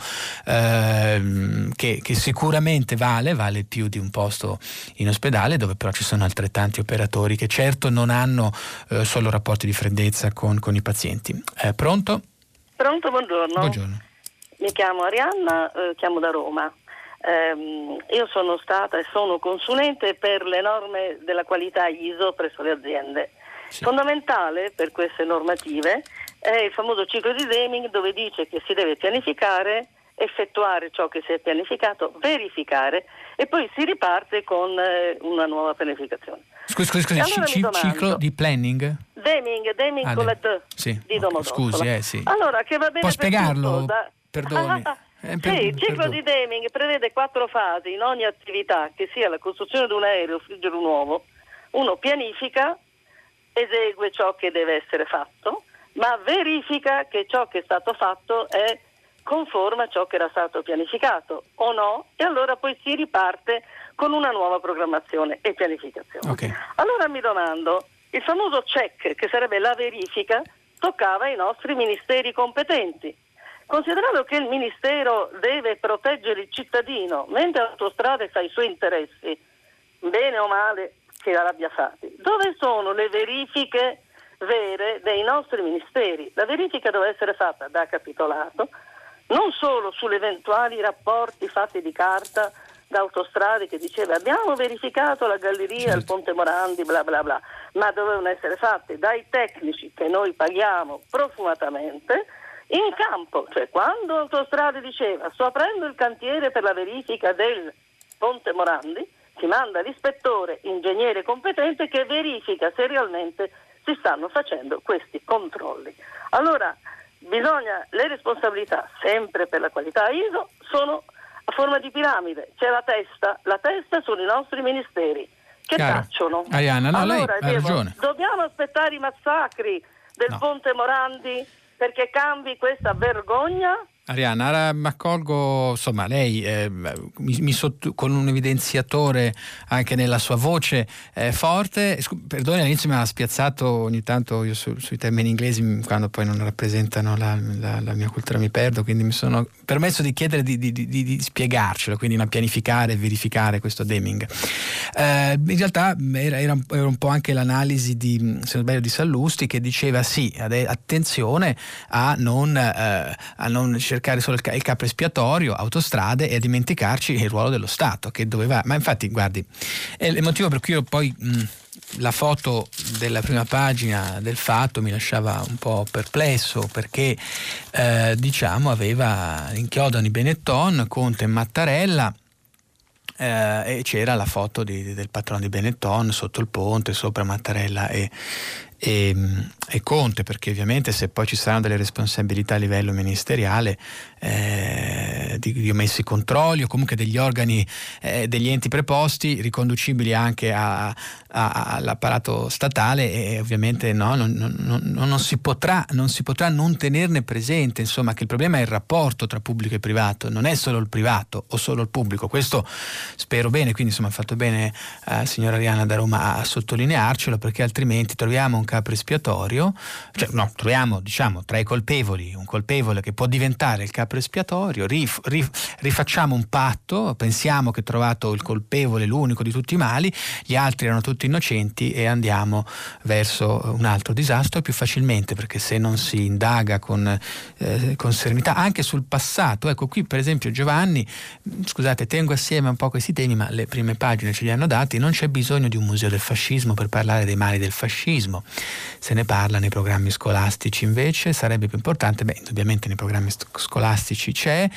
ehm, che, che sicuramente vale, vale più di un posto in ospedale, dove però ci sono altrettanti operatori che certo non hanno eh, solo rapporti di freddezza con, con i pazienti. Eh, pronto? Pronto, buongiorno. Buongiorno. Mi chiamo Arianna, eh, chiamo da Roma. Eh, io sono stata e sono consulente per le norme della qualità I S O presso le aziende. Sì. Fondamentale per queste normative è il famoso ciclo di Deming, dove dice che si deve pianificare, effettuare ciò che si è pianificato, verificare e poi si riparte con eh, una nuova pianificazione. Scusi, scusi, scusi, allora c- domando, ciclo di planning? Deming, Deming ah, con de- la D sì, di Domodossola. Scusi, eh sì. Allora, che va bene. Può per spiegarlo? Tutto, da... Perdoni. Eh, per... Sì, il ciclo perdoni. di Deming prevede quattro fasi in ogni attività, che sia la costruzione di un aereo o friggere nuovo. Uno pianifica, esegue ciò che deve essere fatto, ma verifica che ciò che è stato fatto è conforme a ciò che era stato pianificato o no, e allora poi si riparte con una nuova programmazione e pianificazione. Okay. Allora mi domando, il famoso check, che sarebbe la verifica, toccava ai nostri ministeri competenti. Considerato che il ministero deve proteggere il cittadino, mentre l'autostrada fa i suoi interessi, bene o male che l'abbia fatti, dove sono le verifiche vere dei nostri ministeri? La verifica deve essere fatta da capitolato, non solo sulle eventuali rapporti fatti di carta da Autostrade che diceva abbiamo verificato la galleria, certo, il Ponte Morandi, bla bla bla, ma dovevano essere fatte dai tecnici che noi paghiamo profumatamente in campo. Cioè, quando Autostrade diceva sto aprendo il cantiere per la verifica del Ponte Morandi, si manda l'ispettore ingegnere competente che verifica se realmente si stanno facendo questi controlli. Allora bisogna, le responsabilità sempre per la qualità I S O sono a forma di piramide. C'è la testa, la testa sono i nostri ministeri che Chiaro. tacciono. Arianna, no, allora, lei ha devo, ragione. dobbiamo aspettare i massacri del no. Ponte Morandi perché cambi questa vergogna? Arianna, mi accolgo, insomma, lei eh, mi, mi sotto, con un evidenziatore anche nella sua voce eh, forte. Scu- perdoni, all'inizio mi ha spiazzato ogni tanto io su, sui termini inglesi, quando poi non rappresentano la, la, la mia cultura mi perdo, quindi mi sono permesso di chiedere di, di, di, di spiegarcelo, quindi a pianificare e verificare questo Deming. Eh, in realtà era, era, un, era un po' anche l'analisi di, se non sbaglio, di Sallusti, che diceva sì, attenzione a non, eh, a non cercare cercare solo il capro espiatorio, autostrade, e a dimenticarci il ruolo dello Stato che doveva. Ma infatti, guardi, è il motivo per cui io poi mh, la foto della prima pagina del Fatto mi lasciava un po' perplesso, perché eh, diciamo aveva inchiodano i Benetton, Conte e Mattarella. Eh, e c'era la foto di, del patrono di Benetton sotto il ponte, sopra Mattarella e, e, e Conte, perché ovviamente se poi ci saranno delle responsabilità a livello ministeriale eh, di, di omessi controlli o comunque degli organi eh, degli enti preposti riconducibili anche a, a, all'apparato statale, e ovviamente no, non, non, non, non si potrà non si potrà non tenerne presente, insomma, che il problema è il rapporto tra pubblico e privato, non è solo il privato o solo il pubblico. Questo spero bene, quindi insomma ha fatto bene eh, signora Arianna da Roma a sottolinearcelo, perché altrimenti troviamo un capro espiatorio, cioè no, troviamo diciamo tra i colpevoli un colpevole che può diventare il capro espiatorio, rif, rif, rifacciamo un patto, pensiamo che trovato il colpevole, l'unico di tutti i mali, gli altri erano tutti innocenti, e andiamo verso un altro disastro più facilmente, perché se non si indaga con, eh, con serenità anche sul passato. Ecco, qui per esempio Giovanni, scusate, tengo assieme un po' questi temi, ma le prime pagine ce li hanno dati. Non c'è bisogno di un museo del fascismo per parlare dei mali del fascismo, se ne parla nei programmi scolastici. Invece sarebbe più importante, beh, ovviamente nei programmi scolastici c'è,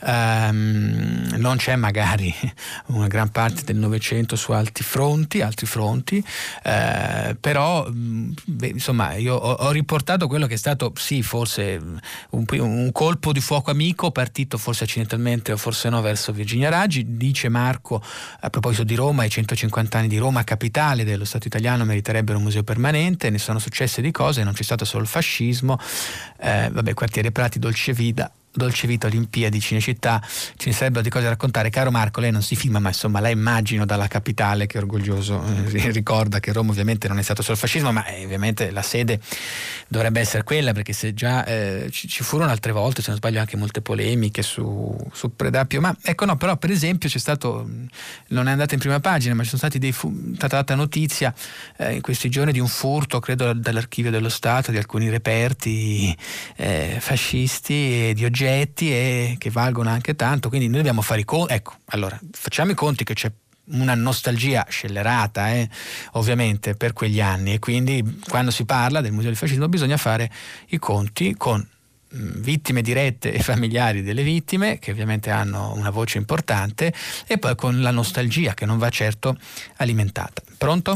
um, non c'è magari una gran parte del Novecento su altri fronti, altri fronti, eh, però beh, insomma io ho, ho riportato quello che è stato sì forse un, un colpo di fuoco amico, partito forse accidentalmente o forse no verso Virginia Raggi. Dice Marco a proposito di Roma, i centocinquanta anni di Roma capitale dello Stato italiano meriterebbero un museo permanente, ne sono successe di cose, non c'è stato solo il fascismo, eh, vabbè, quartiere Prati, Dolce Vita Dolce Vita, Olimpiadi, Cinecittà, ce ne sarebbero di cose da raccontare. Caro Marco, lei non si filma, ma insomma la immagino dalla capitale che orgoglioso eh, ricorda che Roma ovviamente non è stato solo il fascismo, ma eh, ovviamente la sede dovrebbe essere quella, perché se già eh, ci, ci furono altre volte, se non sbaglio, anche molte polemiche su, su Predapio, ma ecco no, però per esempio c'è stato, non è andata in prima pagina, ma ci sono stati dei fu- stata data notizia eh, in questi giorni di un furto, credo dall'archivio dello Stato, di alcuni reperti eh, fascisti e di oggetti e che valgono anche tanto, quindi noi dobbiamo fare i conti. Ecco, allora facciamo i conti che c'è una nostalgia scellerata eh, ovviamente per quegli anni, e quindi quando si parla del museo del fascismo bisogna fare i conti con mh, vittime dirette e familiari delle vittime, che ovviamente hanno una voce importante, e poi con la nostalgia che non va certo alimentata. Pronto?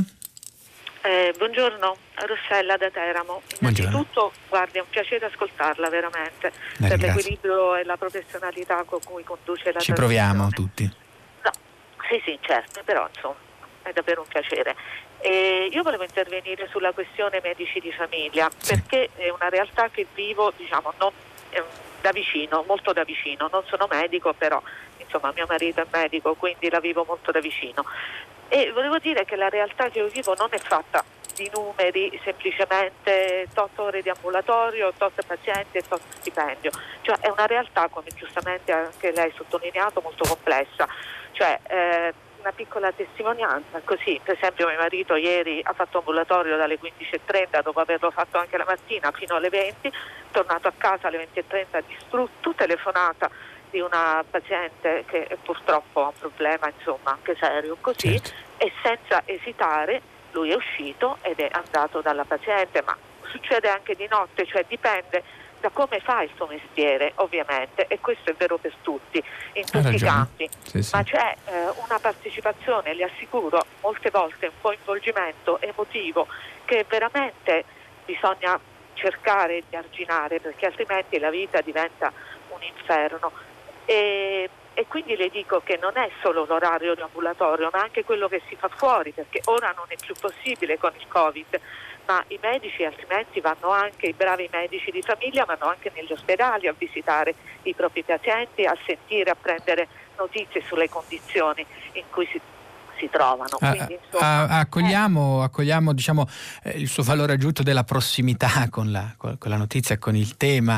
Eh, buongiorno, Rossella da Teramo. Innanzitutto, guardi, è un piacere ascoltarla veramente, la per ringrazio. L'equilibrio e la professionalità con cui conduce la Ci trasmissione. proviamo tutti. No, sì, sì, certo, però insomma è davvero un piacere. E io volevo intervenire sulla questione medici di famiglia, sì, perché è una realtà che vivo, diciamo, non, eh, da vicino, molto da vicino. Non sono medico, però insomma mio marito è medico, quindi la vivo molto da vicino. E volevo dire che la realtà che io vivo non è fatta di numeri, semplicemente tot ore di ambulatorio, tot pazienti e tot stipendio. Cioè è una realtà, come giustamente anche lei ha sottolineato, molto complessa. Cioè eh, una piccola testimonianza, così per esempio mio marito ieri ha fatto ambulatorio dalle quindici e trenta, dopo averlo fatto anche la mattina fino alle venti, tornato a casa alle venti e trenta distrutto, telefonata di una paziente che purtroppo ha un problema, insomma, anche serio, così, certo. E senza esitare lui è uscito ed è andato dalla paziente, ma succede anche di notte, cioè dipende da come fa il suo mestiere, ovviamente, e questo è vero per tutti, in tutti i campi, sì, sì. Ma c'è eh, una partecipazione, le assicuro, molte volte un coinvolgimento emotivo che veramente bisogna cercare di arginare, perché altrimenti la vita diventa un inferno. E E quindi le dico che non è solo l'orario di ambulatorio, ma anche quello che si fa fuori, perché ora non è più possibile con il Covid, ma i medici altrimenti vanno anche, i bravi medici di famiglia vanno anche negli ospedali a visitare i propri pazienti, a sentire, a prendere notizie sulle condizioni in cui si si trovano. Quindi, insomma, ah, accogliamo, eh. accogliamo diciamo, eh, il suo valore aggiunto della prossimità con la, con, con la notizia, con il tema,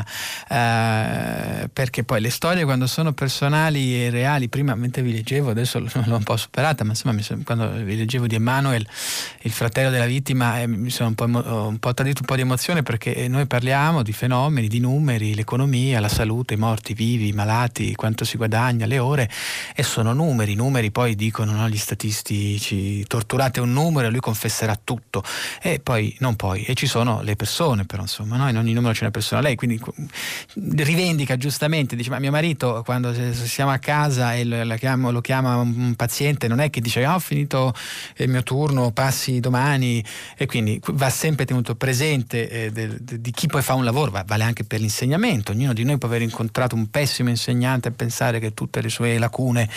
eh, perché poi le storie quando sono personali e reali, prima mentre vi leggevo, adesso l'ho un po' superata, ma insomma mi, quando vi leggevo di Emanuel, il fratello della vittima, eh, mi sono un po', emo- un po' tradito un po' di emozione, perché noi parliamo di fenomeni, di numeri, l'economia, la salute, i morti, i vivi, i malati, quanto si guadagna, le ore, e sono numeri, numeri poi dicono, no, gli statistici, torturate un numero e lui confesserà tutto, e poi non poi e ci sono le persone, però insomma, no? In ogni numero c'è una persona. Lei quindi rivendica giustamente, dice: ma mio marito quando siamo a casa e lo chiama, lo chiama un paziente, non è che dice: ah, ho finito il mio turno, passi domani, e quindi va sempre tenuto presente eh, de, de, di chi poi fa un lavoro. Va, vale anche per l'insegnamento. Ognuno di noi può aver incontrato un pessimo insegnante e pensare che tutte le sue lacune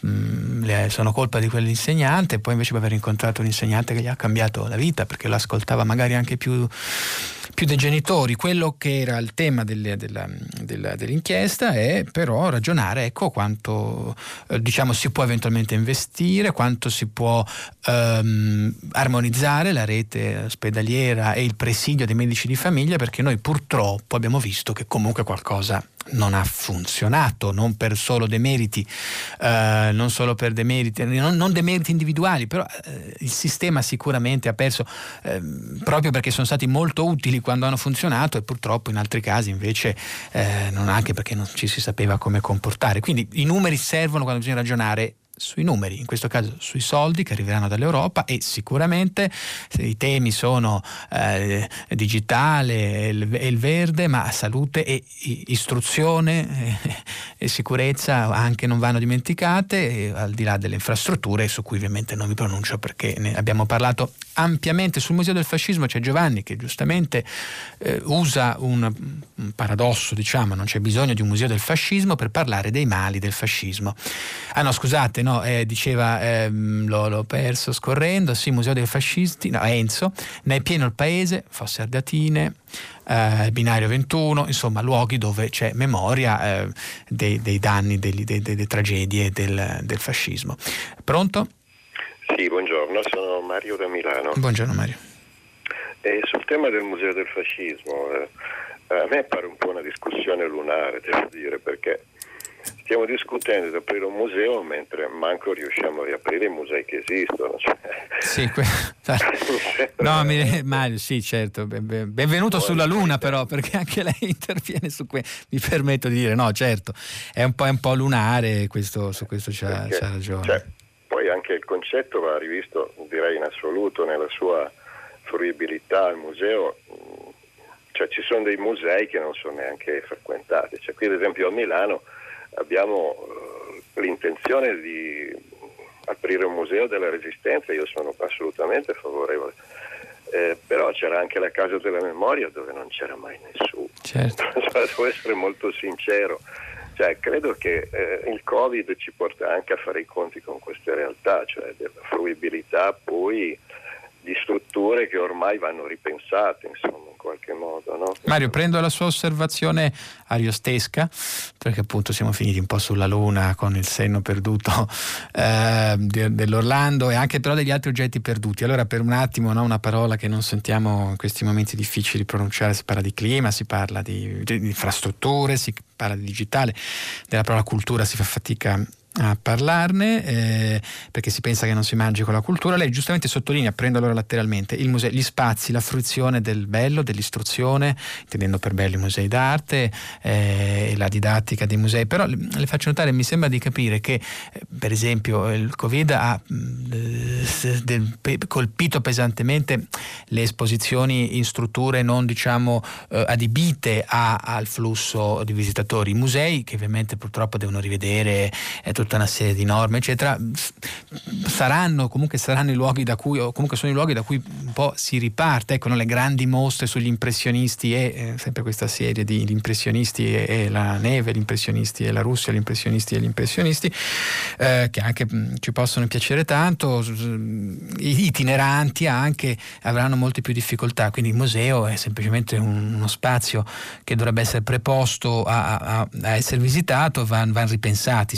mh, le, sono colpa di quell'insegnante, insegnante, poi invece può aver incontrato un insegnante che gli ha cambiato la vita perché lo ascoltava magari anche più, più dei genitori. Quello che era il tema delle, della, della, dell'inchiesta è però ragionare, ecco, quanto eh, diciamo si può eventualmente investire, quanto si può ehm, armonizzare la rete ospedaliera e il presidio dei medici di famiglia, perché noi purtroppo abbiamo visto che comunque qualcosa non ha funzionato, non per solo demeriti, eh, non solo per demeriti, non, non demeriti individuali, però eh, il sistema sicuramente ha perso, eh, proprio perché sono stati molto utili quando hanno funzionato, e purtroppo in altri casi invece eh, non, anche perché non ci si sapeva come comportare. Quindi i numeri servono quando bisogna ragionare sui numeri, in questo caso sui soldi che arriveranno dall'Europa, e sicuramente se i temi sono eh, digitale e il, il verde, ma salute e istruzione e, e sicurezza anche non vanno dimenticate, e, al di là delle infrastrutture, su cui ovviamente non mi pronuncio perché ne abbiamo parlato ampiamente. Sul Museo del Fascismo c'è Giovanni che giustamente eh, usa un, un paradosso, diciamo: non c'è bisogno di un museo del fascismo per parlare dei mali del fascismo. Ah no, scusate, no, eh, diceva, ehm, l'ho, l'ho perso scorrendo, sì, Museo dei Fascisti, no, Enzo, ne è pieno il paese, Fosse Ardeatine, eh, Binario ventuno, insomma luoghi dove c'è memoria eh, dei, dei danni, delle, dei, delle tragedie del, del fascismo. Pronto? Sì, buongiorno, sono Mario da Milano. Buongiorno Mario. E sul tema del Museo del Fascismo, eh, a me pare un po' una discussione lunare, devo dire, perché stiamo discutendo di aprire un museo mentre manco riusciamo a riaprire i musei che esistono. Cioè. Sì, que... no, mi... Mario, sì, certo. Benvenuto sulla Luna, però, perché anche lei interviene su questo. Mi permetto di dire, no, certo, è un po', è un po' lunare, questo, su questo c'ha, perché, c'ha ragione. Cioè, poi anche il concetto va rivisto, direi, in assoluto nella sua fruibilità al museo. Cioè, ci sono dei musei che non sono neanche frequentati. Cioè, qui ad esempio a Milano abbiamo uh, l'intenzione di aprire un museo della Resistenza, io sono assolutamente favorevole, eh, però c'era anche la Casa della Memoria dove non c'era mai nessuno. Certo. Devo essere molto sincero, cioè, credo che eh, il Covid ci porta anche a fare i conti con queste realtà, cioè della fruibilità poi di strutture che ormai vanno ripensate, insomma, in qualche modo, no? Mario, prendo la sua osservazione ariostesca, perché appunto siamo finiti un po' sulla Luna con il senno perduto eh, dell'Orlando, e anche però degli altri oggetti perduti. Allora, per un attimo, no, una parola che non sentiamo in questi momenti difficili di pronunciare: si parla di clima, si parla di, di infrastrutture, si parla di digitale, della parola cultura si fa fatica a parlarne, eh, perché si pensa che non si mangi con la cultura. Lei giustamente sottolinea, prendo allora letteralmente, il museo, gli spazi, la fruizione del bello, dell'istruzione, intendendo per bello i musei d'arte e eh, la didattica dei musei. Però le, le faccio notare, mi sembra di capire che eh, per esempio il Covid ha eh, del, pe, colpito pesantemente le esposizioni in strutture non, diciamo, eh, adibite a, al flusso di visitatori. I musei, che ovviamente purtroppo devono rivedere eh, tutta una serie di norme eccetera. Saranno comunque saranno i luoghi da cui o comunque sono i luoghi da cui un po' si riparte, ecco, no? Le grandi mostre sugli impressionisti e eh, sempre questa serie di gli impressionisti e, e la neve, gli impressionisti e la Russia, gli impressionisti e gli impressionisti eh, che anche mh, ci possono piacere tanto, i itineranti anche avranno molte più difficoltà, quindi il museo è semplicemente un, uno spazio che dovrebbe essere preposto a, a, a essere visitato, vanno van ripensati.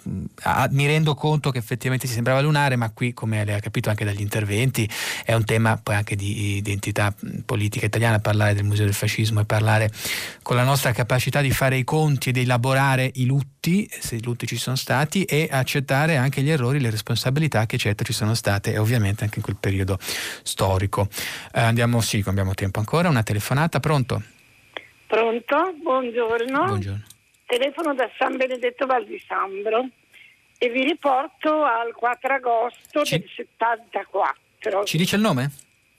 A, mi rendo conto che effettivamente si sembrava lunare, ma qui, come lei ha capito anche dagli interventi, è un tema poi anche di identità politica italiana, parlare del Museo del Fascismo e parlare con la nostra capacità di fare i conti e di elaborare i lutti, se i lutti ci sono stati, e accettare anche gli errori, le responsabilità che certo ci sono state, e ovviamente anche in quel periodo storico. Eh, andiamo, sì, abbiamo tempo ancora, una telefonata, pronto? Pronto? Buongiorno. Buongiorno. Telefono da San Benedetto Val di Sambro e vi riporto al quattro agosto Ci... del settantaquattro. Ci dice il nome?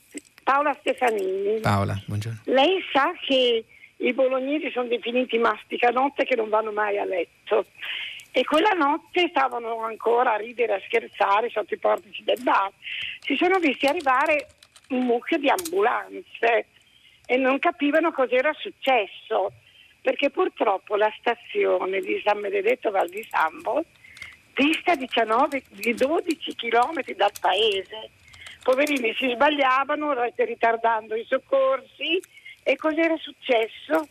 Paola Stefanini. Paola, buongiorno. Lei sa che i bolognesi sono definiti masticanotte che non vanno mai a letto, e quella notte stavano ancora a ridere, a scherzare sotto i portici del bar. Si sono visti arrivare un mucchio di ambulanze e non capivano cos'era successo, perché purtroppo la stazione di San Benedetto Val di Sambro dista diciannove di dodici chilometri dal paese. Poverini si sbagliavano ritardando i soccorsi. E cos'era successo?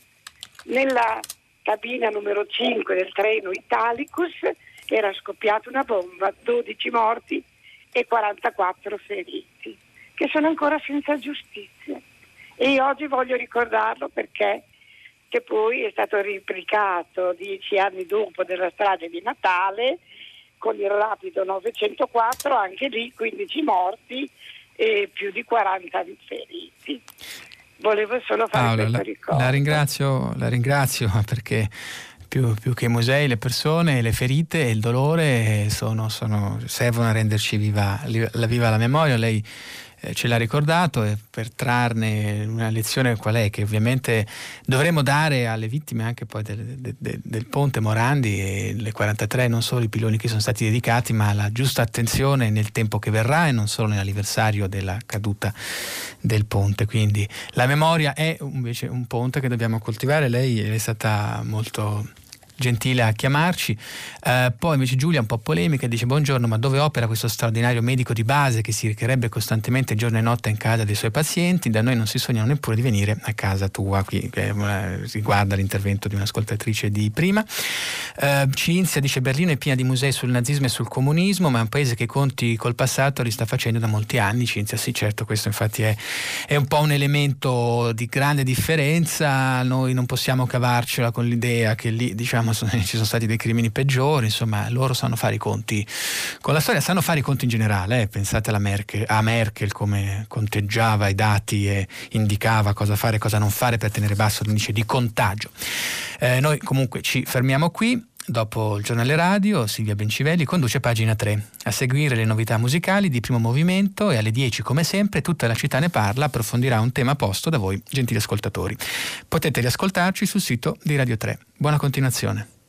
Nella cabina numero cinque del treno Italicus era scoppiata una bomba, dodici morti e quarantaquattro feriti, che sono ancora senza giustizia. E io oggi voglio ricordarlo perché che poi è stato replicato dieci anni dopo della strage di Natale con il rapido novecentoquattro, anche lì quindici morti e più di quaranta feriti. Volevo solo fare Paola, questo la, ricordo. La ringrazio, la ringrazio perché più, più che i musei, le persone, le ferite e il dolore sono, sono, servono a renderci viva la, viva la memoria. Lei eh, ce l'ha ricordato, e per trarne una lezione qual è, che ovviamente dovremo dare alle vittime anche poi del, del, del, del ponte Morandi e le quarantatré, non solo i piloni che sono stati dedicati, ma la giusta attenzione nel tempo che verrà e non solo nell'anniversario della caduta del ponte. Quindi la memoria è invece un ponte che dobbiamo coltivare. Lei è stata molto gentile a chiamarci. Eh, poi invece Giulia, un po' polemica, dice: buongiorno, ma dove opera questo straordinario medico di base che si recherebbe costantemente giorno e notte in casa dei suoi pazienti? Da noi non si sognano neppure di venire a casa tua. Qui eh, riguarda l'intervento di un'ascoltatrice di prima. eh, Cinzia dice: Berlino è piena di musei sul nazismo e sul comunismo, ma è un paese che i conti col passato li sta facendo da molti anni. Cinzia, sì, certo, questo infatti è, è un po' un elemento di grande differenza. Noi non possiamo cavarcela con l'idea che lì, diciamo, ci sono stati dei crimini peggiori. Insomma, loro sanno fare i conti con la storia, sanno fare i conti in generale. eh. Pensate alla Merkel, a Merkel, come conteggiava i dati e indicava cosa fare e cosa non fare per tenere basso l'indice di contagio. Eh, noi comunque ci fermiamo qui. Dopo il giornale radio, Silvia Bencivelli conduce Pagina tre. A seguire le novità musicali di Primo Movimento, e alle dieci, come sempre, Tutta la città ne parla approfondirà un tema posto da voi, gentili ascoltatori. Potete riascoltarci sul sito di Radio tre. Buona continuazione.